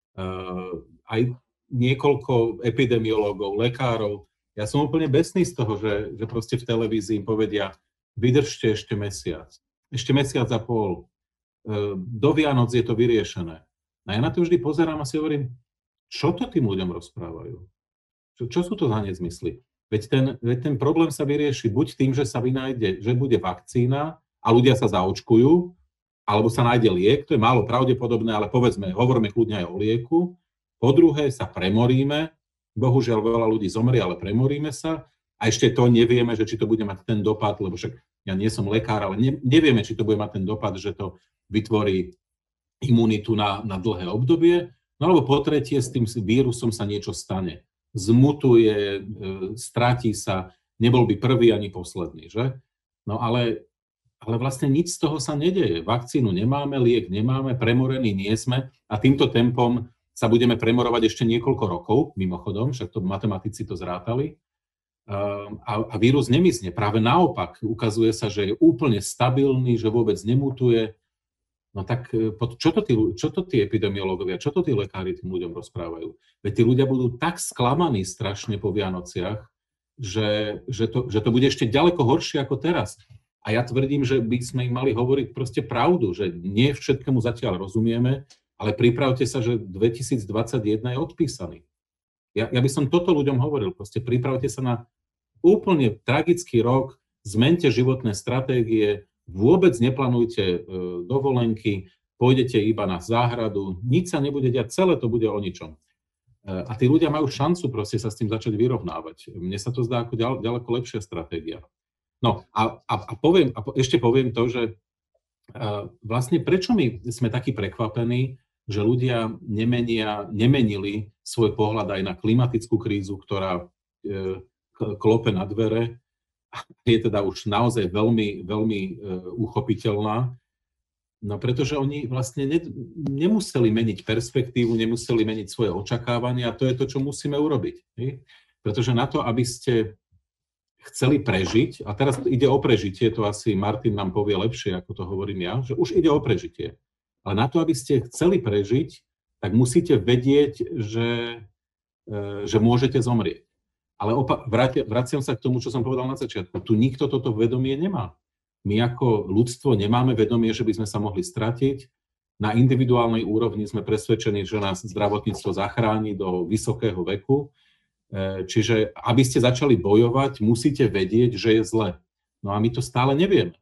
Aj niekoľko epidemiológov, lekárov. Ja som úplne besný z toho, že proste v televízii im povedia, vydržte ešte mesiac a pol. Do Vianoc je to vyriešené. A ja na to vždy pozerám a si hovorím, čo to tým ľuďom rozprávajú? Čo sú to za nezmysly? Veď ten problém sa vyrieši buď tým, že sa vynájde, že bude vakcína a ľudia sa zaočkujú, alebo sa nájde liek, to je málo pravdepodobné, ale povedzme, hovoríme kľudne aj o lieku. Po druhé sa premoríme, bohužiaľ veľa ľudí zomrie, ale premoríme sa a ešte to nevieme, že či to bude mať ten dopad, lebo však ja nie som lekár, ale nevieme, či to bude mať ten dopad, že to vytvorí imunitu na dlhé obdobie. No alebo po tretie, s tým vírusom sa niečo stane. Zmutuje, stratí sa, nebol by prvý ani posledný, že? No ale vlastne nič z toho sa nedeje. Vakcínu nemáme, liek nemáme, premorení nie sme a týmto tempom sa budeme premorovať ešte niekoľko rokov, mimochodom, však to matematici to zrátali. A vírus nemizne. Práve naopak, ukazuje sa, že je úplne stabilný, že vôbec nemutuje. No tak čo to tí epidemiológovia, čo to tí lekári tým ľuďom rozprávajú? Veď tí ľudia budú tak sklamaní strašne po Vianociach, že to bude ešte ďaleko horšie ako teraz. A ja tvrdím, že by sme im mali hovoriť proste pravdu, že nie všetkému zatiaľ rozumieme, ale pripravte sa, že 2021 je odpísaný. Ja by som toto ľuďom hovoril, proste pripravte sa na úplne tragický rok, zmente životné stratégie, vôbec neplánujte dovolenky, pôjdete iba na záhradu, nič sa nebude diať, celé to bude o ničom. A tí ľudia majú šancu proste sa s tým začať vyrovnávať. Mne sa to zdá ako ďaleko lepšia stratégia. No a ešte poviem to, že vlastne prečo my sme takí prekvapení, že ľudia nemenili svoj pohľad aj na klimatickú krízu, ktorá klope na dvere, je teda už naozaj veľmi, veľmi uchopiteľná. No pretože oni vlastne nemuseli meniť perspektívu, nemuseli meniť svoje očakávania a to je to, čo musíme urobiť. Pretože na to, aby ste chceli prežiť, a teraz ide o prežitie, to asi Martin nám povie lepšie, ako to hovorím ja, že už ide o prežitie. Ale na to, aby ste chceli prežiť, tak musíte vedieť, že môžete zomrieť. Ale vraciam sa k tomu, čo som povedal na začiatku. Tu nikto toto vedomie nemá. My ako ľudstvo nemáme vedomie, že by sme sa mohli stratiť. Na individuálnej úrovni sme presvedčení, že nás zdravotníctvo zachráni do vysokého veku. Čiže aby ste začali bojovať, musíte vedieť, že je zle. No a my to stále nevieme.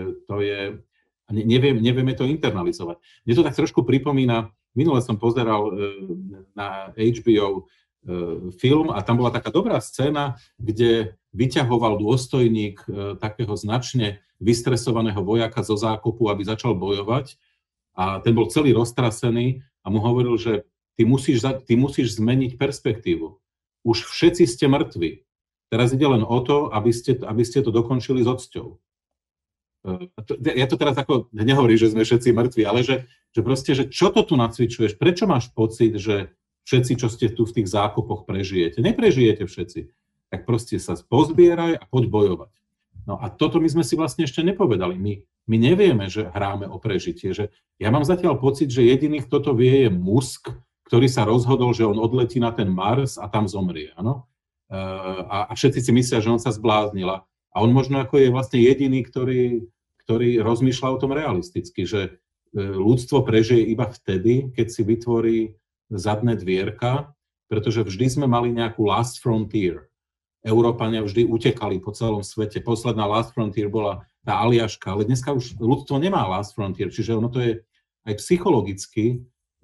Nevieme to internalizovať. Mne to tak trošku pripomína, minule som pozeral na HBO film a tam bola taká dobrá scéna, kde vyťahoval dôstojník takého značne vystresovaného vojaka zo zákopu, aby začal bojovať. A ten bol celý roztrasený a mu hovoril, že ty musíš zmeniť perspektívu. Už všetci ste mŕtvi. Teraz ide len o to, aby ste to dokončili s ocťou. Ja to teraz ako nehovorím, že sme všetci mŕtvi, ale že proste, že čo to tu nacvičuješ? Prečo máš pocit, že všetci, čo ste tu v tých zákopoch, prežijete? Neprežijete všetci. Tak proste sa pozbieraj a poď bojovať. No a toto my sme si vlastne ešte nepovedali. My nevieme, že hráme o prežitie. Že ja mám zatiaľ pocit, že jediný, kto to vie, je Musk, ktorý sa rozhodol, že on odletí na ten Mars a tam zomrie. Áno? A všetci si myslia, že on sa zbláznil. A on možno ako je vlastne jediný, ktorý rozmýšľa o tom realisticky, že ľudstvo prežije iba vtedy, keď si vytvorí zadné dvierka, pretože vždy sme mali nejakú last frontier. Európania vždy utekali po celom svete. Posledná last frontier bola tá Aliaška, ale dneska už ľudstvo nemá last frontier, čiže ono to je aj psychologicky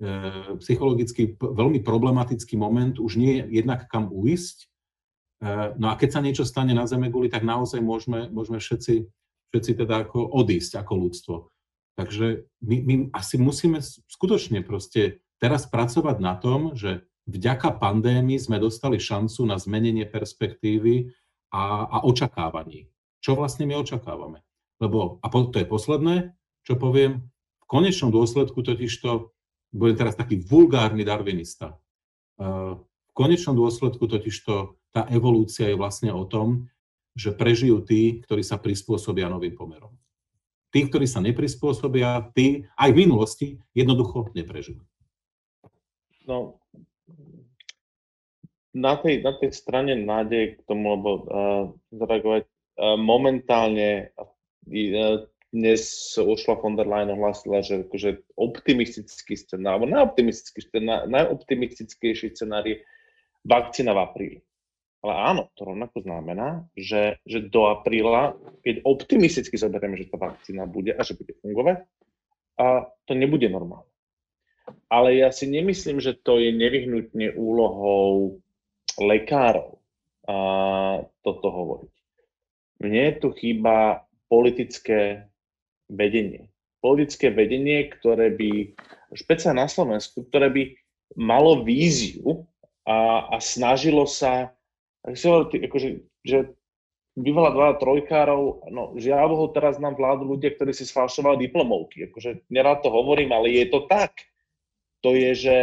veľmi problematický moment, už nie je jednak kam uísť. No a keď sa niečo stane na Zemeguli, tak naozaj môžeme všetci teda ako odísť ako ľudstvo. Takže my asi musíme skutočne proste teraz pracovať na tom, že vďaka pandémii sme dostali šancu na zmenenie perspektívy a očakávaní. Čo vlastne my očakávame? Lebo, a to je posledné, čo poviem, v konečnom dôsledku totižto, budem teraz taký vulgárny darwinista, v konečnom dôsledku totižto tá evolúcia je vlastne o tom, že prežijú tí, ktorí sa prispôsobia novým pomerom. Tí, ktorí sa neprispôsobia, tí aj v minulosti jednoducho neprežijú. No, na tej strane nádej k tomu, lebo zareagovať momentálne dnes Ursula von der Leyen ohlásila, že akože optimistický scenár, alebo najoptimistickejší scenár je vakcína v apríli. Ale áno, to rovnako znamená, že do apríla, keď optimisticky zoberieme, že tá vakcína bude a že bude fungovať, a to nebude normálne. Ale ja si nemyslím, že to je nevyhnutne úlohou lekárov toto hovoriť. Mne tu chýba politické vedenie. Politické vedenie, ktoré by, špeciálne na Slovensku, ktoré by malo víziu a snažilo sa, akože, že bývala dva trojkárov, no žiaľ Bohu, teraz nám vládu ľudia, ktorí si sfalšovali diplomovky. Akože nerád to hovorím, ale je to tak. To je, že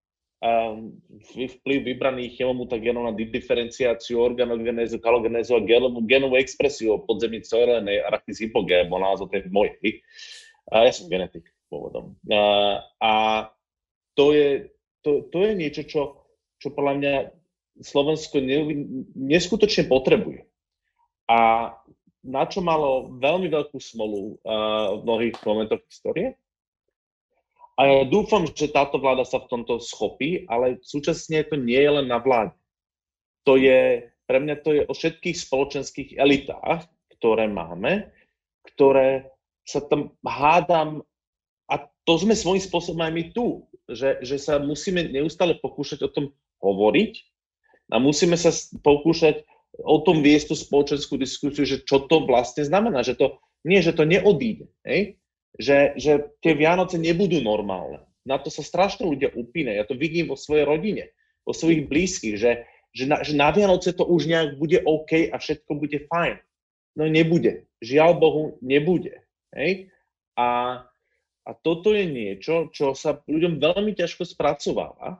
vplyv vybraných chemomutagenov na diferenciáciu organogenézu, kalogenézu a genovú expresiu podzemnice orelenej arachis hypogé, bo názov to je môj. Ja som genetik pôvodom. A to je niečo, čo podľa mňa Slovensko neskutočne potrebuje. A na čo malo veľmi veľkú smolu v mnohých momentoch histórie. A ja dúfam, že táto vláda sa v tomto schopí, ale súčasne to nie je len na vláde. Pre mňa to je o všetkých spoločenských elitách, ktoré máme, ktoré sa tam hádam, a to sme svojím spôsobom aj my tu, že sa musíme neustále pokúšať o tom hovoriť a musíme sa pokúšať o tom viesť tú spoločenskú diskusiu, že čo to vlastne znamená, že to neodíde, hej? Že tie Vianoce nebudú normálne. Na to sa strašne ľudia upínajú. Ja to vidím vo svojej rodine, vo svojich blízkych, že na Vianoce to už nejak bude OK a všetko bude fajn. No nebude. Žiaľ Bohu, nebude. Hej? A toto je niečo, čo sa ľuďom veľmi ťažko spracováva,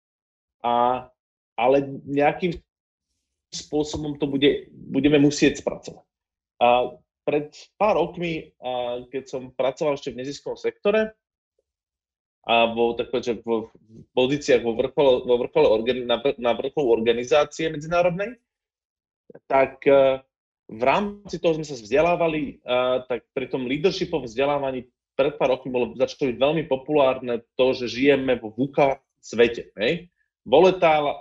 ale nejakým spôsobom to budeme musieť spracovať. Pred pár rokmi, keď som pracoval ešte v neziskovom sektore a v pozíciách na vrchole organizácie medzinárodnej, tak v rámci toho sme sa vzdelávali, tak pri tom leadershipovom vzdelávaní pred pár rokmi začalo byť veľmi populárne to, že žijeme vo VUCA svete. Hej? Volatile,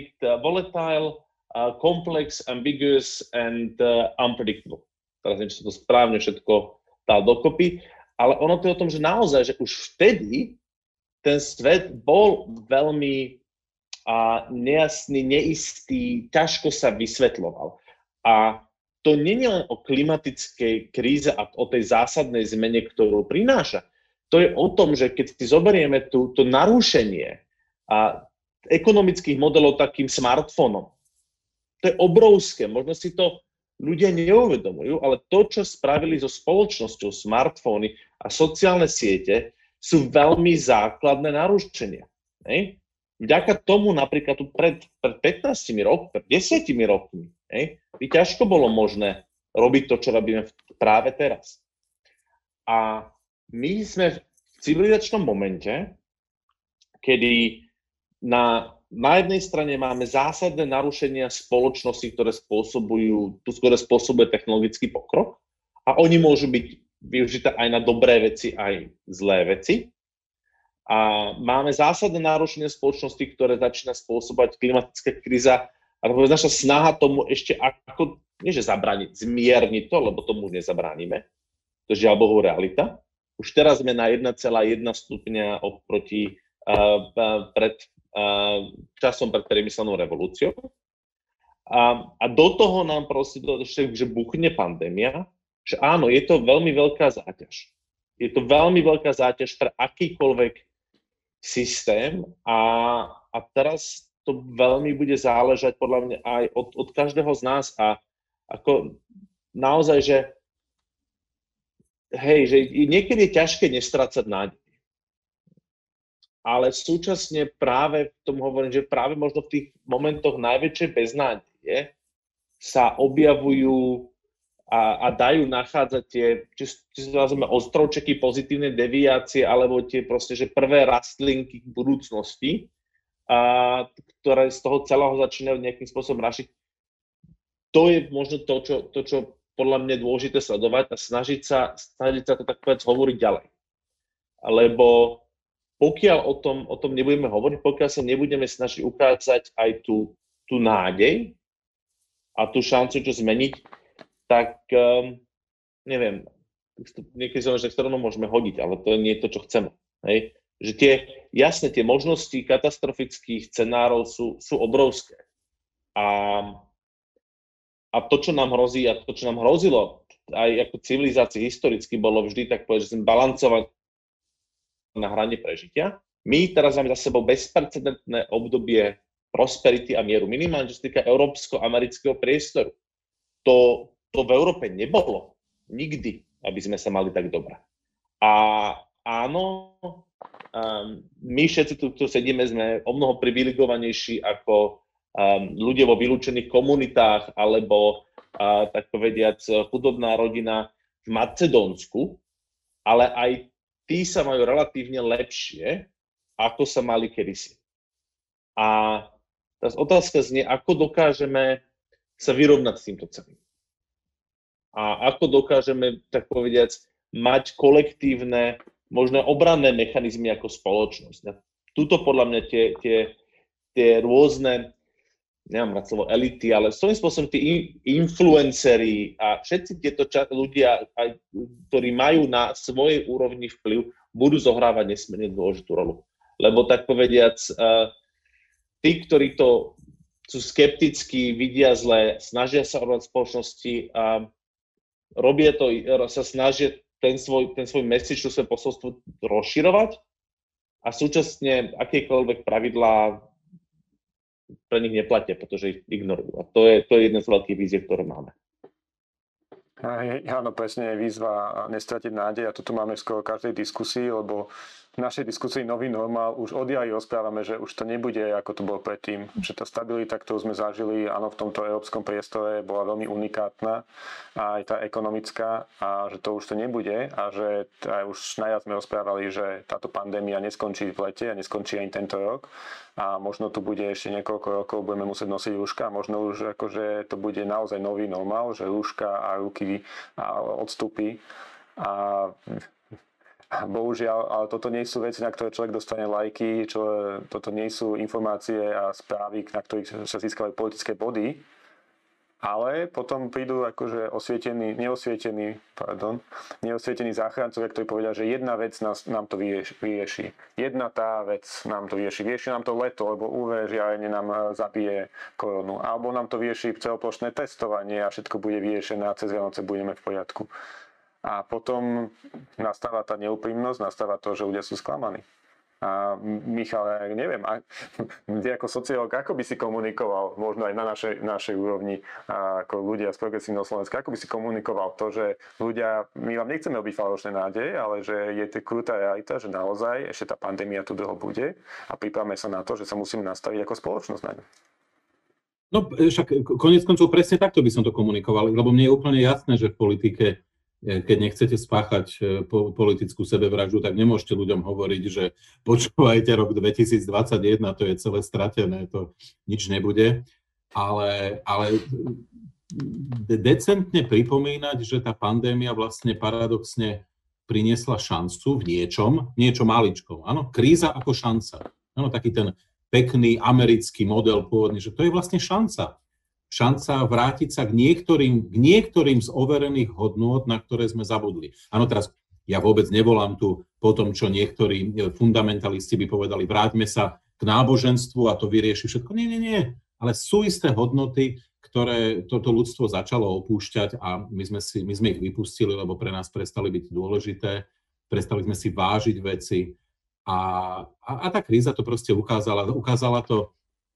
complex, ambiguous and unpredictable. Teraz neviem, či sa to správne všetko dá dokopy, ale ono to je o tom, že naozaj, že už vtedy ten svet bol veľmi nejasný, neistý, ťažko sa vysvetľoval. A to nie je len o klimatickej kríze a o tej zásadnej zmene, ktorú prináša. To je o tom, že keď si zoberieme to narušenie a ekonomických modelov takým smartfónom, to je obrovské, možno si to ľudia neuvedomujú, ale to, čo spravili so spoločnosťou smartfóny a sociálne siete, sú veľmi základné narušenia. Vďaka tomu napríklad tu pred 15 rokmi, pred 10 rokmi, by ťažko bolo možné robiť to, čo robíme práve teraz. A my sme v civilizačnom momente, kedy na jednej strane máme zásadné narušenia spoločnosti, ktoré spôsobuje technologický pokrok a oni môžu byť využité aj na dobré veci, aj zlé veci. A máme zásadné narušenie spoločnosti, ktoré začína spôsobovať klimatická kríza, alebo naša snaha tomu ešte ako, nie že zabrániť, zmierniť to, lebo tomu nezabránime. To je žiaľ Bohu realita. Už teraz sme na 1,1 stupňa oproti časom pred priemyselnou revolúciou. A do toho nám proste že buchne pandémia, že áno, je to veľmi veľká záťaž. Je to veľmi veľká záťaž pre akýkoľvek systém a teraz to veľmi bude záležať podľa mňa aj od každého z nás a ako naozaj, že niekedy je ťažké nestrácať nádej. Ale súčasne práve v tom hovorím, že práve možno v tých momentoch najväčšej beznádeje sa objavujú a dajú nachádzať tie, či sa nazveme ostrovčeky pozitívnej deviácie, alebo tie proste, že prvé rastlinky k budúcnosti, ktoré z toho celého začínajú nejakým spôsobom rašiť. To je možno to, čo podľa mňa je dôležité sledovať a snažiť sa to tak povedať hovoriť ďalej. Lebo pokiaľ o tom nebudeme hovoriť, pokiaľ sa nebudeme snažiť ukázať aj tú nádej a tú šancu, čo zmeniť, tak neviem, niekedy som, že to môžeme hodiť, ale to nie je to, čo chceme. Hej? Že tie možnosti katastrofických scenárov sú obrovské. A to, čo nám hrozí a to, čo nám hrozilo aj ako civilizácii historicky, bolo vždy tak povedať, že sme balancovali na hrane prežitia. My teraz máme za sebou bezprecedentné obdobie prosperity a mieru, minimálne čo sa týka európsko-amerického priestoru. To v Európe nebolo nikdy, aby sme sa mali tak dobre. A áno, my všetci tu sedíme, sme o mnoho privilegovanejší ako ľudia vo vylúčených komunitách alebo tak povediac chudobná rodina v Macedónsku, ale aj tí sa majú relatívne lepšie, ako sa mali kedysi. A tá otázka znie, ako dokážeme sa vyrovnať s týmto celým. A ako dokážeme, tak povediac, mať kolektívne, možno obranné mechanizmy ako spoločnosť. Tuto podľa mňa tie rôzne, nemám rád slovo elity, ale svojím spôsobom tí influenceri a všetci tieto ľudia, ktorí majú na svojej úrovni vplyv, budú zohrávať nesmierne dôležitú rolu. Lebo tak povediac, tí, ktorí to sú skeptickí, vidia zle, snažia sa o spoločnosti a robia to, sa snažia ten svoj message, svoje posolstvo rozširovať a súčasne akékoľvek pravidlá pre nich neplatia, pretože ich ignorujú. A to je jedna z veľkých víziev, ktoré máme. Áno, presne je výzva nestratiť nádej a toto máme v skoro každej diskusii, lebo v našej diskusii Nový normál už odjali rozprávame, že už to nebude, ako to bolo predtým. Že tá stabilita, ktorú sme zažili, áno, v tomto európskom priestore bola veľmi unikátna, aj tá ekonomická, a že to už to nebude a že už najviac sme rozprávali, že táto pandémia neskončí v lete a neskončí ani tento rok a možno tu bude ešte niekoľko rokov, budeme musieť nosiť rúška a možno už akože to bude naozaj nový normál, že rúška a ruky odstúpi a bohužiaľ, ale toto nie sú veci, na ktoré človek dostane lajky, toto nie sú informácie a správy, na ktorých sa získavajú politické body, Ale potom prídu akože neosvietení záchrancovia, ktorí povedia, že jedna vec nám to vyrieši. Jedna tá vec nám to vyrieši. Vyrieši nám to leto, lebo UV žiarenie nám zabije koronu. Alebo nám to vyrieši celoplošné testovanie a všetko bude vyriešené a cez Vianoce budeme v poriadku. A potom nastáva tá neúprimnosť, nastáva to, že ľudia sú sklamaní. A Michal, ja neviem, ty ako sociológ, ako by si komunikoval, možno aj na našej úrovni, ako ľudia z Progresívneho Slovenska, ako by si komunikoval to, že ľudia, my vám nechceme robiť falošné nádeje, ale že je to krutá realita, že naozaj ešte tá pandémia tu dlho bude a pripravme sa na to, že sa musíme nastaviť ako spoločnosť na ňu. No však koniec koncov presne takto by som to komunikoval, lebo mne je úplne jasné, že v politike, keď nechcete spáchať politickú sebevraždu, tak nemôžete ľuďom hovoriť, že počúvajte, rok 2021, to je celé stratené, to nič nebude. Ale decentne pripomínať, že tá pandémia vlastne paradoxne priniesla šancu v niečo maličkom. Áno, kríza ako šanca. Áno, taký ten pekný americký model pôvodný, že to je vlastne šanca. Šanca vrátiť sa k niektorým z overených hodnôt, na ktoré sme zabudli. Áno, teraz ja vôbec nevolám tu po tom, čo niektorí fundamentalisti by povedali, vráťme sa k náboženstvu a to vyrieši všetko. Nie. Ale sú isté hodnoty, ktoré toto ľudstvo začalo opúšťať a my sme ich vypustili, lebo pre nás prestali byť dôležité, prestali sme si vážiť veci a tá kríza to proste ukázala to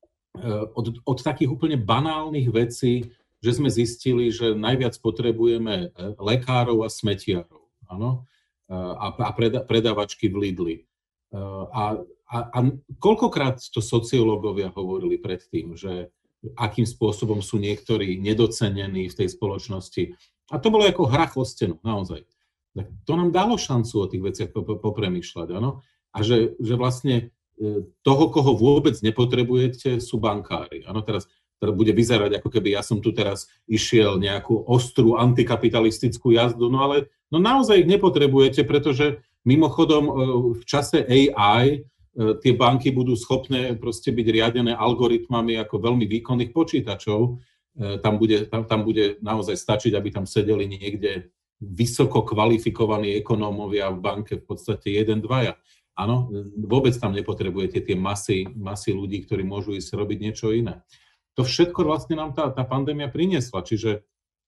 od takých úplne banálnych vecí, že sme zistili, že najviac potrebujeme lekárov a smetiarov, áno? A predávačky v Lidli. A koľkokrát to sociológovia hovorili predtým, že akým spôsobom sú niektorí nedocenení v tej spoločnosti. A to bolo ako hrach o stenu, naozaj. Tak to nám dalo šancu o tých veciach popremýšľať, áno? A že vlastne toho, koho vôbec nepotrebujete, sú bankári. Áno, teraz bude vyzerať, ako keby ja som tu teraz išiel nejakú ostrú antikapitalistickú jazdu, no ale naozaj ich nepotrebujete, pretože mimochodom v čase AI tie banky budú schopné proste byť riadené algoritmami ako veľmi výkonných počítačov. Tam bude naozaj stačiť, aby tam sedeli niekde vysoko kvalifikovaní ekonómovia v banke, v podstate 1-2. Áno, vôbec tam nepotrebujete tie masy ľudí, ktorí môžu ísť robiť niečo iné. To všetko vlastne nám tá pandémia priniesla. Čiže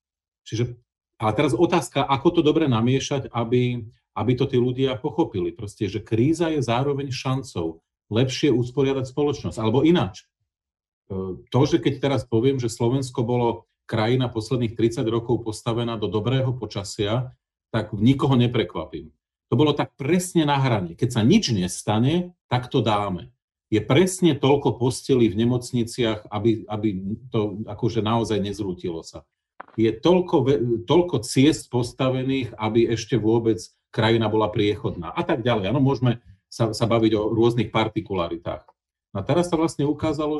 ale teraz otázka, ako to dobre namiešať, aby to tí ľudia pochopili. Proste, že kríza je zároveň šancou lepšie usporiadať spoločnosť. Alebo ináč. To, že keď teraz poviem, že Slovensko bolo krajina posledných 30 rokov postavená do dobrého počasia, tak nikoho neprekvapím. To bolo tak presne na hrane. Keď sa nič nestane, tak to dáme. Je presne toľko postelí v nemocniciach, aby to akože naozaj nezrútilo sa. Je toľko ciest postavených, aby ešte vôbec krajina bola priechodná. A tak ďalej. Áno, môžeme sa baviť o rôznych partikuláritách. A teraz sa vlastne ukázalo,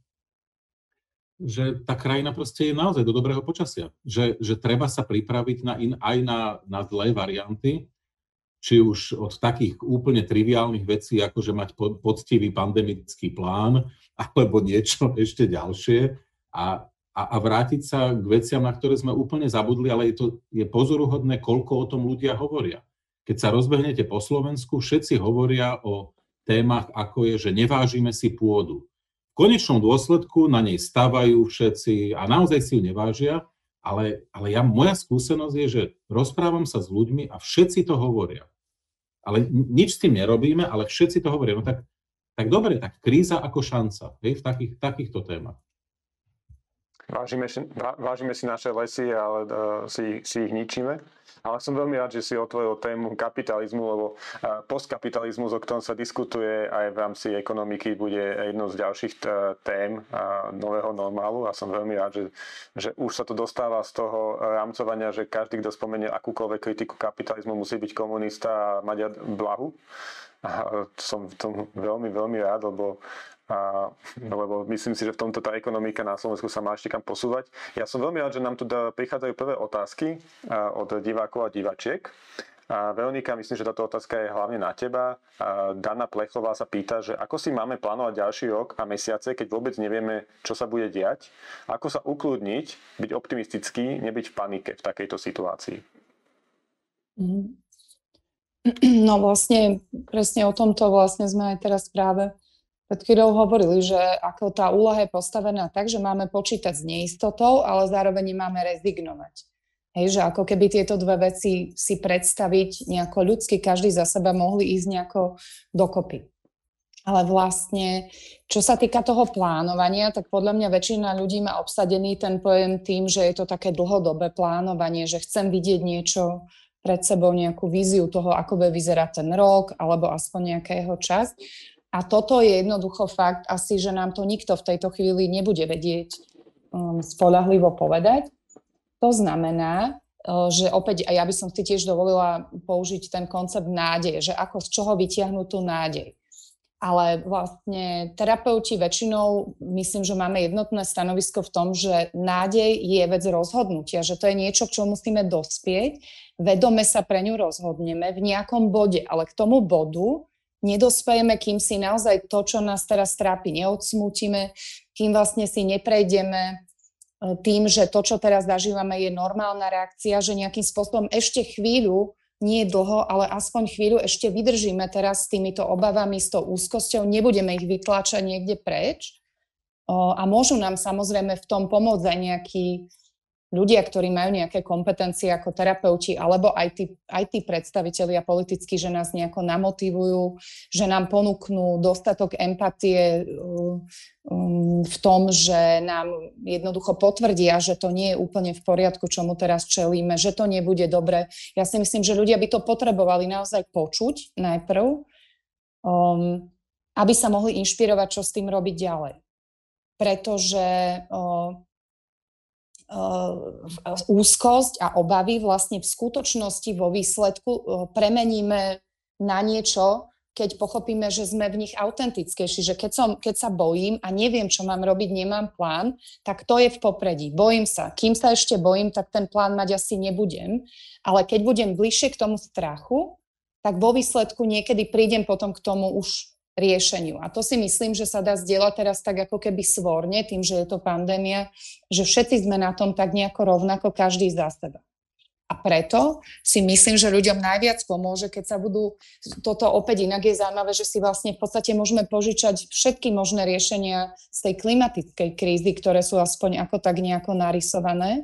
že tá krajina proste je naozaj do dobrého počasia. Že treba sa pripraviť aj na zlé varianty, či už od takých úplne triviálnych vecí, ako že mať poctivý pandemický plán, alebo niečo ešte ďalšie a vrátiť sa k veciam, na ktoré sme úplne zabudli, ale je pozoruhodné, koľko o tom ľudia hovoria. Keď sa rozbehnete po Slovensku, všetci hovoria o témach, ako je, že nevážime si pôdu. V konečnom dôsledku na nej stavajú všetci a naozaj si ju nevážia, ale moja skúsenosť je, že rozprávam sa s ľuďmi a všetci to hovoria. Ale nič s tým nerobíme, ale všetci to hovoria. No tak dobre, tak kríza ako šanca, v takýchto témach. Vážime si naše lesy, ale si ich ničíme. Ale som veľmi rád, že si otvoril tému kapitalizmu, lebo postkapitalizmus, o ktorom sa diskutuje aj v rámci ekonomiky, bude jednou z ďalších tém nového normálu. A som veľmi rád, že už sa to dostáva z toho rámcovania, že každý, kto spomenie akúkoľvek kritiku kapitalizmu, musí byť komunista a mať blahu. A som tomu veľmi, veľmi rád, lebo myslím si, že v tomto tá ekonomika na Slovensku sa má ešte kam posúvať. Ja som veľmi rád, že nám tu prichádzajú prvé otázky od divákov a divačiek. A Veronika, myslím, že táto otázka je hlavne na teba. A Dana Plechová sa pýta, že ako si máme plánovať ďalší rok a mesiace, keď vôbec nevieme, čo sa bude diať. Ako sa ukludniť, byť optimistický, nebyť v panike v takejto situácii? No vlastne, presne o tomto vlastne sme aj teraz práve pred chvíľou hovorili, že ako tá úloha je postavená tak, že máme počítať s neistotou, ale zároveň máme rezignovať. Hej, že ako keby tieto dve veci si predstaviť nejako ľudsky, každý za seba mohli ísť nejako dokopy. Ale vlastne, čo sa týka toho plánovania, tak podľa mňa väčšina ľudí má obsadený ten pojem tým, že je to také dlhodobé plánovanie, že chcem vidieť niečo pred sebou, nejakú víziu toho, ako bude vyzerať ten rok, alebo aspoň nejaká jeho časť. A toto je jednoducho fakt asi, že nám to nikto v tejto chvíli nebude vedieť spoľahlivo povedať. To znamená, že opäť, a ja by som si tiež dovolila použiť ten koncept nádeje, že ako z čoho vytiahnuť tú nádej. Ale vlastne terapeuti väčšinou, myslím, že máme jednotné stanovisko v tom, že nádej je vec rozhodnutia, že to je niečo, k čomu musíme dospieť, vedome sa pre ňu rozhodneme v nejakom bode, ale k tomu bodu nedospejeme, kým si naozaj to, čo nás teraz trápi, neodsmútime, kým vlastne si neprejdeme tým, že to, čo teraz zažívame, je normálna reakcia, že nejakým spôsobom ešte chvíľu, nie dlho, ale aspoň chvíľu ešte vydržíme teraz s týmito obavami, s tou úzkosťou, nebudeme ich vytláčať niekde preč. A môžu nám samozrejme v tom pomôcť aj nejakí ľudia, ktorí majú nejaké kompetencie ako terapeuti, alebo aj tí predstavitelia politicky, že nás nejako namotivujú, že nám ponúknú dostatok empatie v tom, že nám jednoducho potvrdia, že to nie je úplne v poriadku, čomu teraz čelíme, že to nebude dobre. Ja si myslím, že ľudia by to potrebovali naozaj počuť najprv, aby sa mohli inšpirovať, čo s tým robiť ďalej. Pretože úzkosť a obavy vlastne v skutočnosti vo výsledku premeníme na niečo, keď pochopíme, že sme v nich autentickejší, že keď sa bojím a neviem, čo mám robiť, nemám plán, tak to je v popredí. Bojím sa. Kým sa ešte bojím, tak ten plán mať asi nebudem, ale keď budem bližšie k tomu strachu, tak vo výsledku niekedy prídem potom k tomu už riešeniu. A to si myslím, že sa dá zdieľať teraz tak ako keby svorne, tým, že je to pandémia, že všetci sme na tom tak nejako rovnako, každý za seba. A preto si myslím, že ľuďom najviac pomôže, keď sa budú, toto opäť inak je zaujímavé, že si vlastne v podstate môžeme požičať všetky možné riešenia z tej klimatickej krízy, ktoré sú aspoň ako tak nejako narysované.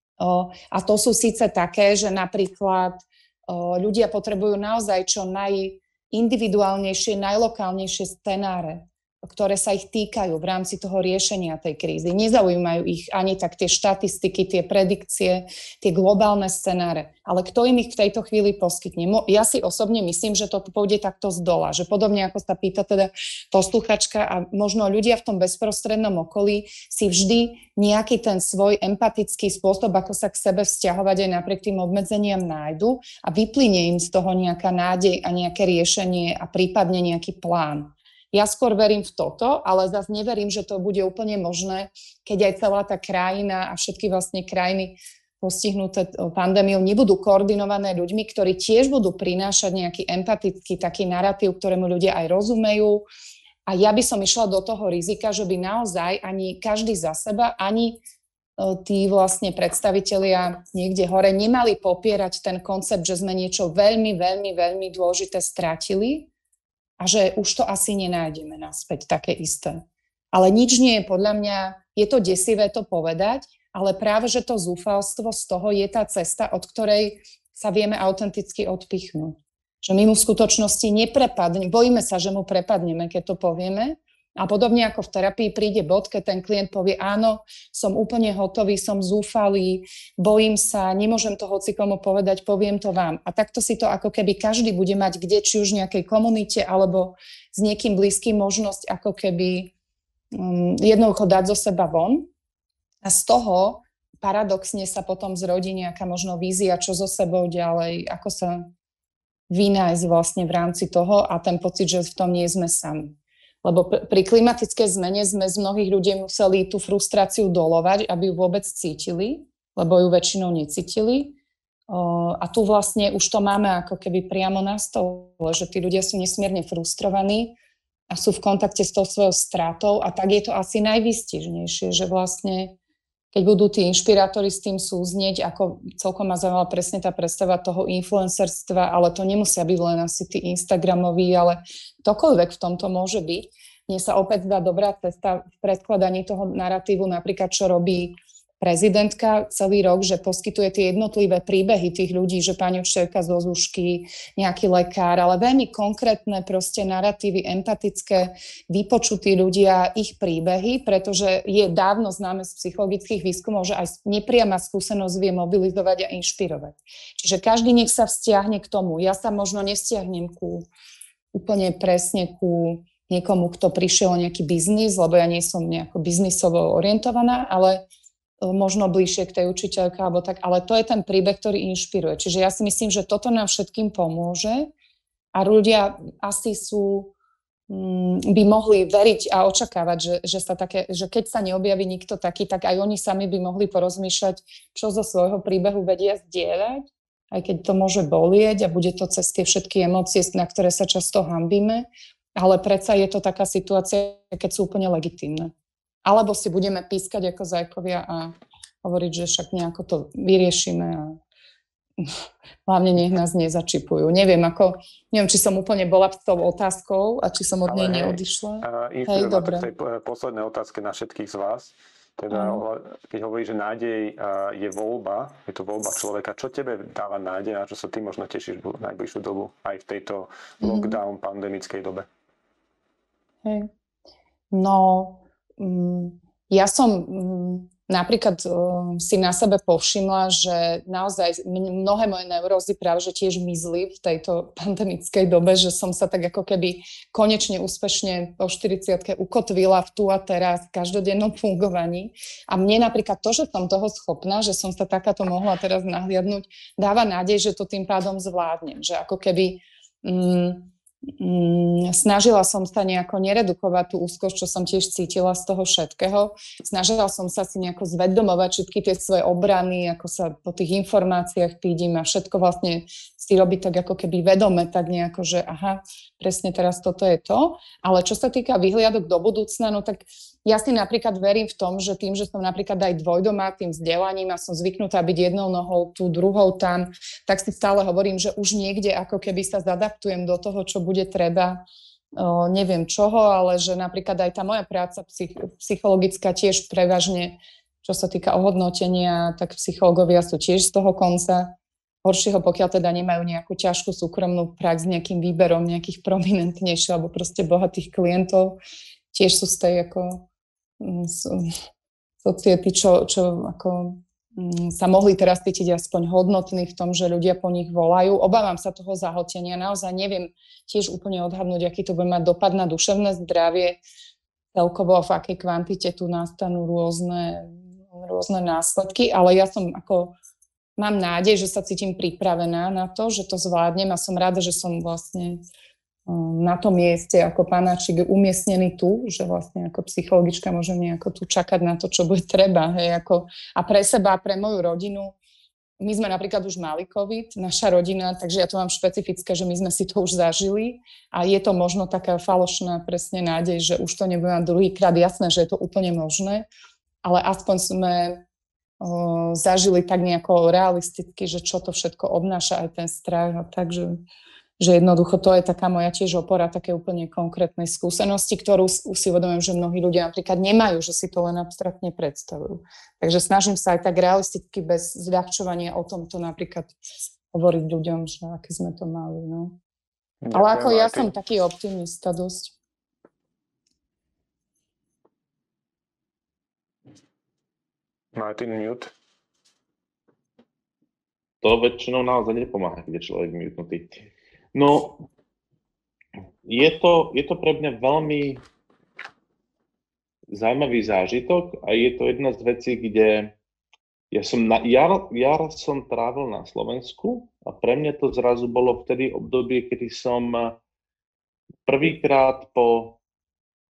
A to sú síce také, že napríklad ľudia potrebujú naozaj čo individuálnejšie, najlokálnejšie scenáre, ktoré sa ich týkajú v rámci toho riešenia tej krízy. Nezaujímajú ich ani tak tie štatistiky, tie predikcie, tie globálne scenáre. Ale kto im ich v tejto chvíli poskytne? Ja si osobne myslím, že to pôjde takto z dola. Že podobne ako sa pýta teda posluchačka a možno ľudia v tom bezprostrednom okolí si vždy nejaký ten svoj empatický spôsob, ako sa k sebe vzťahovať aj napriek tým obmedzeniam nájdu a vyplynie im z toho nejaká nádej a nejaké riešenie a prípadne nejaký plán. Ja skôr verím v toto, ale zase neverím, že to bude úplne možné, keď aj celá tá krajina a všetky vlastne krajiny postihnuté pandémiou nebudú koordinované ľuďmi, ktorí tiež budú prinášať nejaký empatický taký narratív, ktorému ľudia aj rozumejú. A ja by som išla do toho rizika, že by naozaj ani každý za seba, ani tí vlastne predstavitelia niekde hore nemali popierať ten koncept, že sme niečo veľmi, veľmi, veľmi dôležité stratili, a že už to asi nenájdeme naspäť také isté. Ale nič nie je podľa mňa, je to desivé to povedať, ale práve, že to zúfalstvo z toho je tá cesta, od ktorej sa vieme autenticky odpichnúť. Že my mu v skutočnosti neprepadneme, bojíme sa, že mu prepadneme, keď to povieme. A podobne ako v terapii príde bod, keď ten klient povie, áno, som úplne hotový, som zúfalý, bojím sa, nemôžem to hocikomu povedať, poviem to vám. A takto si to ako keby každý bude mať kde, či už v nejakej komunite, alebo s niekým blízkym možnosť ako keby jednoducho dať zo seba von. A z toho paradoxne sa potom zrodí nejaká možno vízia, čo so sebou ďalej, ako sa vynájsť vlastne v rámci toho a ten pocit, že v tom nie sme sami. Lebo pri klimatickej zmene sme z mnohých ľudí museli tú frustráciu dolovať, aby ju vôbec cítili, lebo ju väčšinou necítili. A tu vlastne už to máme ako keby priamo na stole, že tí ľudia sú nesmierne frustrovaní a sú v kontakte s tou svojou stratou a tak je to asi najvýstižnejšie, že vlastne keď budú tí inšpirátori s tým súznieť, ako celkom ma zaujímala presne tá predstava toho influencerstva, ale to nemusia byť len asi tí Instagramoví, ale ktokoľvek v tomto môže byť. Mne sa opäť zdá dobrá cesta v predkladaní toho naratívu, napríklad čo robí prezidentka celý rok, že poskytuje tie jednotlivé príbehy tých ľudí, že pani učiteľka zo Zúšky, nejaký lekár, ale veľmi konkrétne proste naratívy, empatické, vypočutí ľudia, ich príbehy, pretože je dávno známe z psychologických výskumov, že aj nepriama skúsenosť vie mobilizovať a inšpirovať. Čiže každý nech sa vzťahne k tomu. Ja sa možno nevzťahnem úplne presne ku niekomu, kto prišiel o nejaký biznis, lebo ja nie som nejako biznisovo orientovaná, ale možno bližšie k tej učiteľke, alebo tak, ale to je ten príbeh, ktorý inšpiruje. Čiže ja si myslím, že toto nám všetkým pomôže a ľudia asi by mohli veriť a očakávať, že keď sa neobjaví nikto taký, tak aj oni sami by mohli porozmýšľať, čo zo svojho príbehu vedia zdieľať, aj keď to môže bolieť a bude to cez tie všetky emócie, na ktoré sa často hanbíme, ale predsa je to taká situácia, keď sú úplne legitímne. Alebo si budeme pískať ako zajkovia a hovoriť, že však nejako to vyriešime a hlavne nech nás nezačipujú. Neviem, či som úplne bola s tou otázkou a či som od nej neodišla. Hej, dobre. V tej poslednej otázke na všetkých z vás. Teda, keď hovorí, že nádej je voľba, je to voľba človeka, čo tebe dáva nádej, na čo sa ty možno tešíš v najbližšiu dobu, aj v tejto lockdown pandemickej dobe? Hej. No, ja som napríklad si na sebe povšimla, že naozaj mnohé moje neurózy práve že tiež mizli v tejto pandemickej dobe, že som sa tak ako keby konečne úspešne po 40-ke ukotvila v tu a teraz v každodennom fungovaní. A mne napríklad to, že som toho schopná, že som sa takáto mohla teraz nahliadnúť, dáva nádej, že to tým pádom zvládnem. Že ako keby snažila som sa nejako neredukovať tú úzkosť, čo som tiež cítila z toho všetkého. Snažila som sa si nejako zvedomovať všetky tie svoje obrany, ako sa po tých informáciách pídim a všetko vlastne si robiť tak ako keby vedome, tak nejako, že aha, presne teraz toto je to. Ale čo sa týka vyhliadok do budúcna, no tak ja si napríklad verím v tom, že tým, že som napríklad aj dvojdoma tým vzdelaním a som zvyknutá byť jednou nohou, tú druhou tam, tak si stále hovorím, že už niekde ako keby sa zadaptujem do toho, čo bude treba, neviem čoho, ale že napríklad aj tá moja práca psychologická tiež prevažne, čo sa týka ohodnotenia, tak psychológovia sú tiež z toho konca horšieho, pokiaľ teda nemajú nejakú ťažkú súkromnú prax s nejakým výberom nejakých prominentnejších alebo proste bohatých klientov. Tiež sú z tej ako society, čo ako sa mohli teraz cítiť aspoň hodnotní v tom, že ľudia po nich volajú. Obávam sa toho zahltenia. Naozaj neviem tiež úplne odhadnúť, aký to bude mať dopad na duševné zdravie. Celkovo v akej kvantite tu nastanú rôzne následky, ale ja mám nádej, že sa cítim pripravená na to, že to zvládnem a som rada, že som vlastne na tom mieste ako panáčik umiestnený tu, že vlastne ako psychologička môžem nejako tu čakať na to, čo bude treba. Hej, a pre seba, pre moju rodinu. My sme napríklad už mali COVID, naša rodina, takže ja to mám špecifické, že my sme si to už zažili a je to možno taká falošná presne nádej, že už to nebude mať druhýkrát. Jasné, že je to úplne možné, ale aspoň sme zažili tak nejako realisticky, že čo to všetko obnáša aj ten strach a takže že jednoducho to je taká moja tiež opora také úplne konkrétnej skúsenosti, ktorú si uvedomujem, že mnohí ľudia napríklad nemajú, že si to len abstraktne predstavujú. Takže snažím sa aj tak realisticky bez zľahčovania o tomto napríklad hovoriť ľuďom, že aké sme to mali. No. Ale ako ja som taký optimista dosť. Martin, mute. To väčšinou naozaj nepomáha, keď je človek mutenutý. No, je to pre mňa veľmi zaujímavý zážitok a je to jedna z vecí, kde ja som jar som trávil na Slovensku a pre mňa to zrazu bolo vtedy obdobie, kedy som prvýkrát po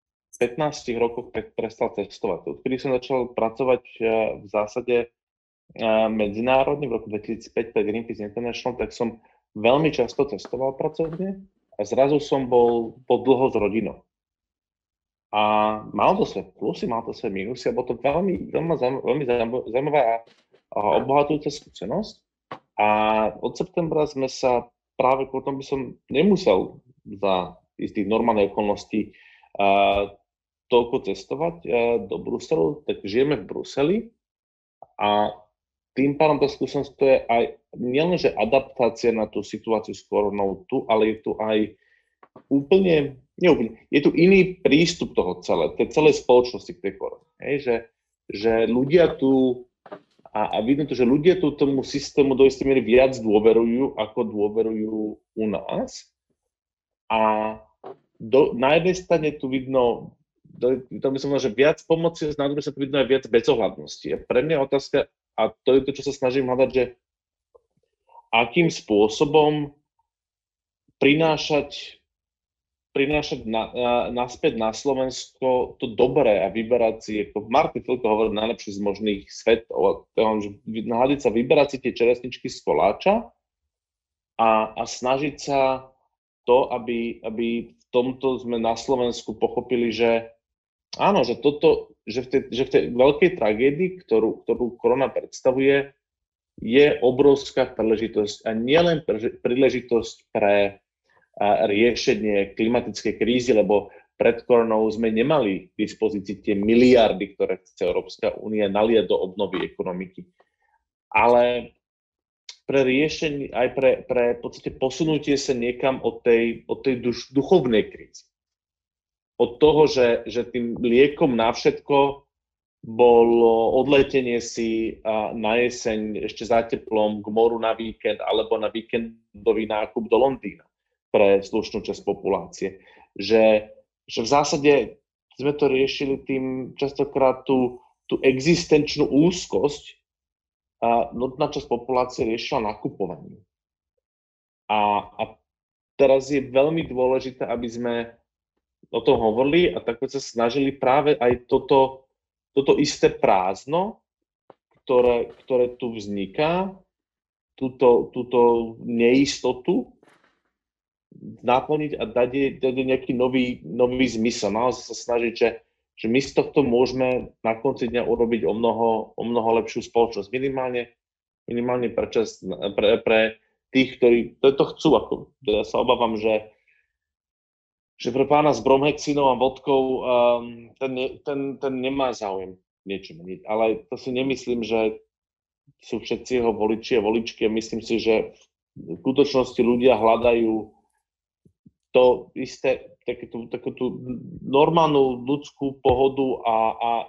15 rokoch prestal cestovať. Odkedy som začal pracovať v zásade medzinárodný v roku 2005 pre Greenpeace International, tak som veľmi často cestoval pracovne a zrazu som bol dlho s rodinou. A mal to svoje plusy, mal to svoje minusy a bolo to veľmi zaujímavá a obohatujúca skúsenosť. A od septembra sme sa práve kvôli tomu by som nemusel za istých normálnych okolností toľko cestovať do Bruselu, tak žijeme v Bruseli a tým pádom tá skúsenosť to je aj nielenže adaptácia na tú situáciu s koronou tu, ale je tu aj je tu iný prístup toho celej spoločnosti k tej korone. Že ľudia tu, a vidno to, že ľudia tu tomu systému do istej miery viac dôverujú, ako dôverujú u nás. A na jednej strane tu vidno, to by som povedal, že viac pomoci, na druhej strane tu vidno aj viac bezohľadnosti. A pre mňa otázka, a to je to, čo sa snažím hľadať, že akým spôsobom prinášať naspäť na Slovensko to dobré a vyberať si, ako Martin Filko hovorí, najlepšie z možných svetov, nahľadiť sa, vyberať si tie čeresničky z koláča a snažiť sa to, aby v tomto sme na Slovensku pochopili, že áno, že v tej veľkej tragédii, ktorú korona predstavuje, je obrovská príležitosť a nielen príležitosť pre riešenie klimatickej krízy, lebo pred koronou sme nemali k dispozícii tie miliardy, ktoré chce Európska únia naliať do obnovy ekonomiky. Ale pre riešenie, aj pre v podstate posunutie sa niekam od tej duchovnej krízy. Od toho, že tým liekom na všetko bolo odletenie si na jeseň ešte za teplom k moru na víkend alebo na víkendový nákup do Londýna pre slušnú časť populácie. Že v zásade sme to riešili tým častokrát tú existenčnú úzkosť a nutná časť populácie riešila nakupovaním. A teraz je veľmi dôležité, aby sme o tom hovorili a tak sa snažili práve aj toto isté prázdno, ktoré tu vzniká, túto neistotu, naplniť a dať nejaký nový zmysel. Naozaj sa snažiť, že my z tohto môžeme na konci dňa urobiť o mnoho lepšiu spoločnosť. Minimálne pre tých, ktorí to chcú. Ja sa obávam, že pre pána s bromhexinou a vodkou ten nemá záujem niečo meniť. Ale to si nemyslím, že sú všetci jeho voliči a voličky. Myslím si, že v skutočnosti ľudia hľadajú to isté, takú tú normálnu ľudskú pohodu a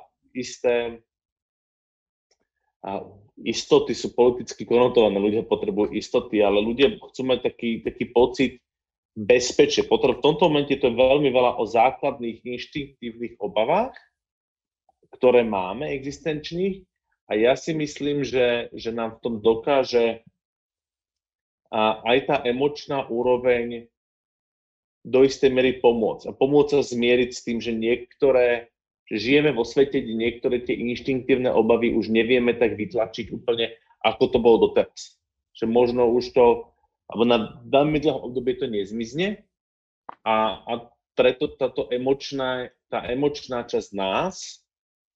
istoty sú politicky konotované. Ľudia potrebujú istoty, ale ľudia chcú mať taký pocit bezpečia. V tomto momente to je veľmi veľa o základných inštinktívnych obavách, ktoré máme existenčných a ja si myslím, že nám v tom dokáže aj tá emočná úroveň do istej miery pomôcť. A pomôcť sa zmieriť s tým, že že žijeme vo svete, kde niektoré tie inštinktívne obavy už nevieme tak vytlačiť úplne, ako to bolo doteraz. Že možno už to, alebo na veľmi dlhom obdobie to nezmizne a preto tá emočná časť nás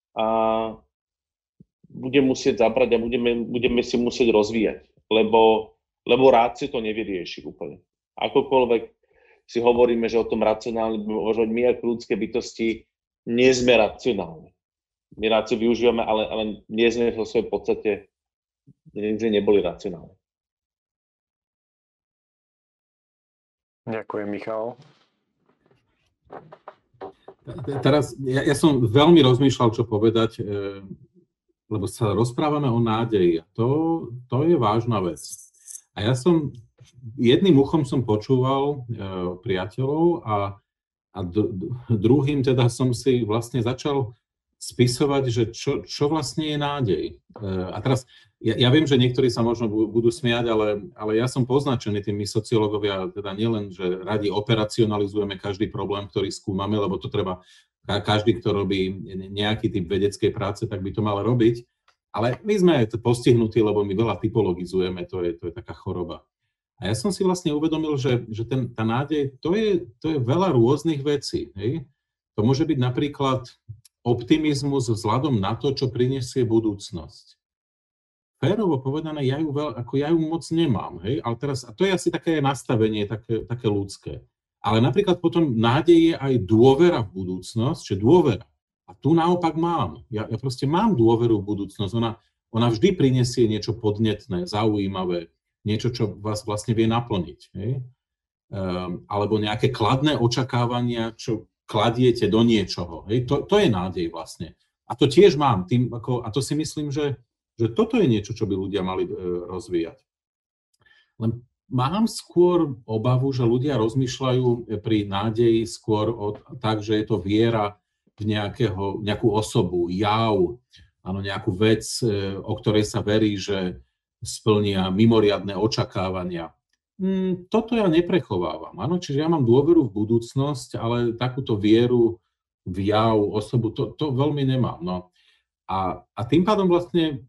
bude musieť zabrať a budeme si musieť rozvíjať, lebo rácio to nevyrieši úplne. Akokoľvek si hovoríme, že o tom racionálne, že my ako ľudské bytosti nie sme racionálni. My rácio využívame, ale nie sme vo svojej podstate, neboli racionálni. Ďakujem, Michal. Teraz ja som veľmi rozmýšľal, čo povedať, lebo sa rozprávame o nádeji. To je vážna vec. A ja som jedným uchom som počúval priateľov a druhým teda som si vlastne začal spisovať, že čo vlastne je nádej. A teraz ja viem, že niektorí sa možno budú smiať, ale ja som poznačený tými sociológovia, teda nielen, že radi operacionalizujeme každý problém, ktorý skúmame, lebo to treba, každý, kto robí nejaký typ vedeckej práce, tak by to mal robiť. Ale my sme postihnutí, lebo my veľa typologizujeme, to je taká choroba. A ja som si vlastne uvedomil, že tá nádej, to je veľa rôznych vecí. Hej? To môže byť napríklad optimizmus vzhľadom na to, čo prinesie budúcnosť. Férovo povedané, ja ju moc nemám. Hej? Ale teraz, a to je asi také nastavenie, také ľudské. Ale napríklad potom nádej je aj dôvera v budúcnosť, čiže dôvera. A tu naopak mám. Ja proste mám dôveru v budúcnosť. Ona vždy prinesie niečo podnetné, zaujímavé, niečo, čo vás vlastne vie naplniť. Hej? Alebo nejaké kladné očakávania, čo kladiete do niečoho. Hej? To je nádej vlastne. A to tiež mám. A to si myslím, že toto je niečo, čo by ľudia mali rozvíjať. Len mám skôr obavu, že ľudia rozmýšľajú pri nádeji skôr tak, že je to viera v nejakú osobu, jav, nejakú vec, o ktorej sa verí, že splnia mimoriadne očakávania. Toto ja neprechovávam. Áno? Čiže ja mám dôveru v budúcnosť, ale takúto vieru v jav, osobu, to veľmi nemám. No. A tým pádom vlastne,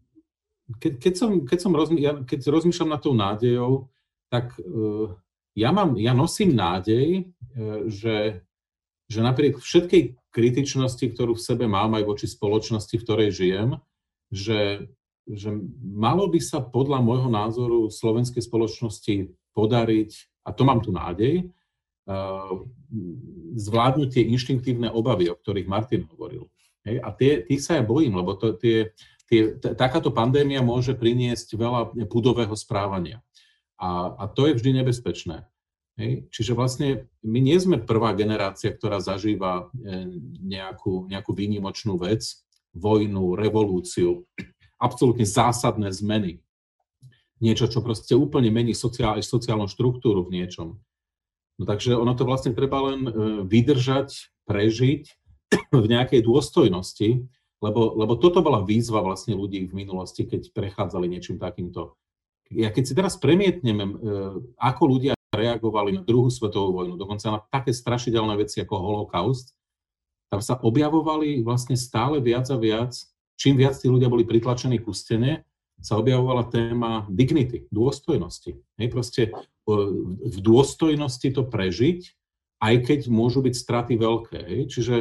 keď rozmýšľam nad tou nádejou, tak ja nosím nádej, že napriek všetkej kritičnosti, ktorú v sebe mám aj voči spoločnosti, v ktorej žijem, že malo by sa podľa môjho názoru slovenskej spoločnosti podariť, a to mám tu nádej, zvládnuť tie inštinktívne obavy, o ktorých Martin hovoril. Hej? A tých sa ja bojím, lebo takáto pandémia môže priniesť veľa pudového správania. A to je vždy nebezpečné. Hej? Čiže vlastne my nie sme prvá generácia, ktorá zažíva nejakú výnimočnú vec, vojnu, revolúciu, absolútne zásadné zmeny. Niečo, čo proste úplne mení sociálnu štruktúru v niečom. No takže ono to vlastne treba len vydržať, prežiť v nejakej dôstojnosti, lebo toto bola výzva vlastne ľudí v minulosti, keď prechádzali niečím takýmto. Keď si teraz premietneme, ako ľudia reagovali na druhú svetovú vojnu, dokonca na také strašidelné veci ako holokaust, tam sa objavovali vlastne stále viac a viac. Čím viac tí ľudia boli pritlačení ku stene, sa objavovala téma dignity, dôstojnosti. Hej, proste v dôstojnosti to prežiť, aj keď môžu byť straty veľké. Hej. Čiže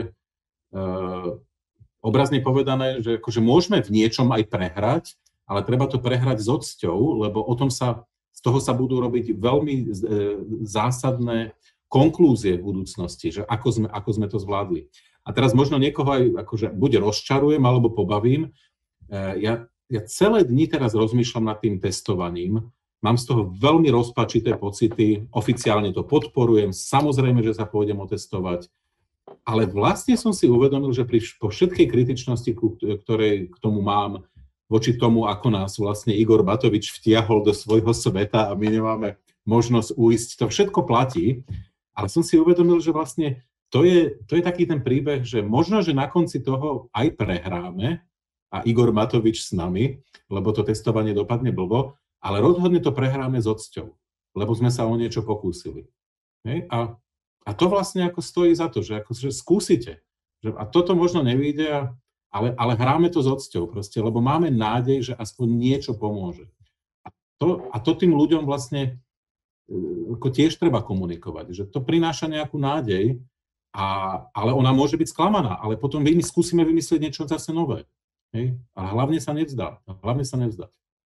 obrazne povedané, že akože môžeme v niečom aj prehrať, ale treba to prehrať s odsťou, lebo z toho sa budú robiť veľmi zásadné konklúzie v budúcnosti, že ako sme to zvládli. A teraz možno niekoho aj akože buď rozčarujem, alebo pobavím. Ja celé dni teraz rozmýšľam nad tým testovaním. Mám z toho veľmi rozpačité pocity. Oficiálne to podporujem. Samozrejme, že sa pôjdem otestovať. Ale vlastne som si uvedomil, že po všetkej kritičnosti, ktorej k tomu mám, voči tomu, ako nás vlastne Igor Matovič vtiahol do svojho sveta a my nemáme možnosť uísť, to všetko platí. Ale som si uvedomil, že vlastne to je taký ten príbeh, že možno, že na konci toho aj prehráme a Igor Matovič s nami, lebo to testovanie dopadne blbo, ale rozhodne to prehráme s odsťou, lebo sme sa o niečo pokúsili. Hej? A to vlastne ako stojí za to, že skúsite. A toto možno nevyjde, ale hráme to s odsťou proste, lebo máme nádej, že aspoň niečo pomôže. A to tým ľuďom vlastne ako tiež treba komunikovať, že to prináša nejakú nádej, ale ona môže byť sklamaná, ale potom skúsime vymyslieť niečo zase nové. Hej? A hlavne sa nevzdať.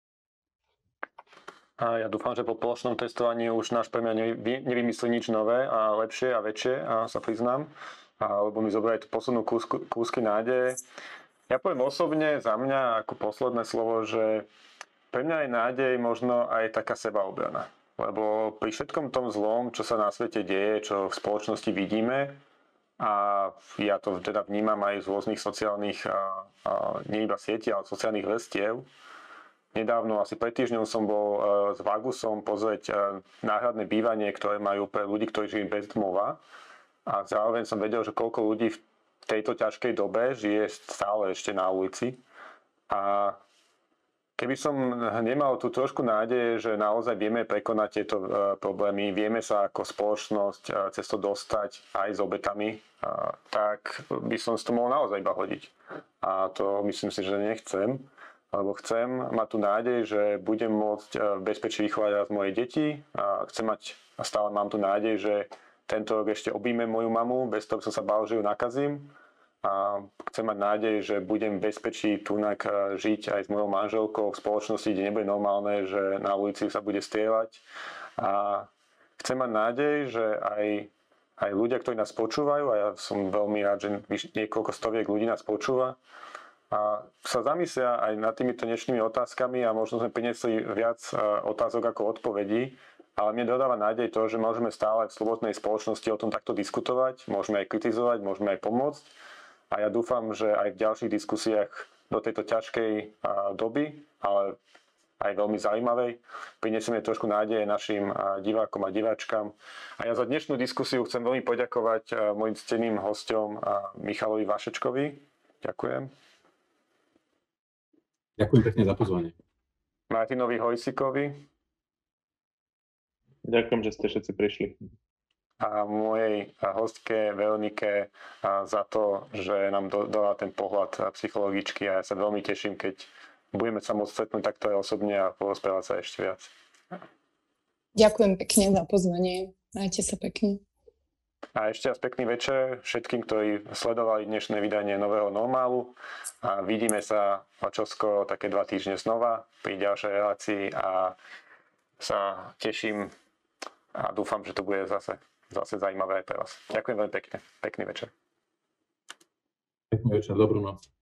A ja dúfam, že po plošnom testovaní už náš premiér nevymyslí nič nové a lepšie a väčšie, a sa priznám, lebo mi zobrali tú poslednú kúsky nádeje. Ja poviem osobne za mňa ako posledné slovo, že pre mňa je nádej možno aj taká sebaobrana. Lebo pri všetkom tom zlom, čo sa na svete deje, čo v spoločnosti vidíme, a ja to teda vnímam aj z rôznych sociálnych, nie iba sietí, ale sociálnych vrstiev. Nedávno, asi pred týždňom som bol s Vagusom pozrieť náhradné bývanie, ktoré majú pre ľudí, ktorí žijú bez domova. A zároveň som vedel, že koľko ľudí v tejto ťažkej dobe žije stále ešte na ulici. A keby som nemal tú trošku nádeje, že naozaj vieme prekonať tieto problémy, vieme sa ako spoločnosť cez to dostať aj s obetami, tak by som si to mohol naozaj iba hodiť. A to myslím si, že nechcem. lebo chcem mať tú nádej, že budem môcť v bezpečí vychovať raz moje deti a stále mám tú nádej, že tento rok ešte objímem moju mamu, bez toho som sa bál, že ju nakazím. A chcem mať nádej, že budem v bezpečí tunak žiť aj s mojou manželkou v spoločnosti, kde nebude normálne, že na ulici sa bude strieľať. A chcem mať nádej, že aj ľudia, ktorí nás počúvajú, a ja som veľmi rád, že niekoľko stoviek ľudí nás počúva, a sa zamyslia aj nad týmito dnešnými otázkami a možno sme priniesli viac otázok ako odpovedí, ale mne dodáva nádej to, že môžeme stále v slobodnej spoločnosti o tom takto diskutovať, môžeme aj kritizovať, môžeme aj pomôcť. A ja dúfam, že aj v ďalších diskusiách do tejto ťažkej doby, ale aj veľmi zaujímavej, prinesieme trošku nádeje našim divákom a diváčkam. A ja za dnešnú diskusiu chcem veľmi poďakovať mojim cteným hosťom Michalovi Vašečkovi. Ďakujem. Ďakujem pekne za pozvanie. Martinovi Hojsikovi. Ďakujem, že ste všetci prišli. A mojej hostke Veronike za to, že nám dala ten pohľad psychologičky a ja sa veľmi teším, keď budeme sa môcť stretnúť takto aj osobne a porozprávať sa ešte viac. Ďakujem pekne za pozvanie. Majte sa pekne. A ešte raz pekný večer všetkým, ktorí sledovali dnešné vydanie Nového normálu. A vidíme sa čoskoro také 2 týždne znova pri ďalšej relácii a sa teším a dúfam, že to bude zase zaujímavé aj pre vás. Ďakujem veľmi pekne. Pekný večer. Pekný večer, dobrú noc.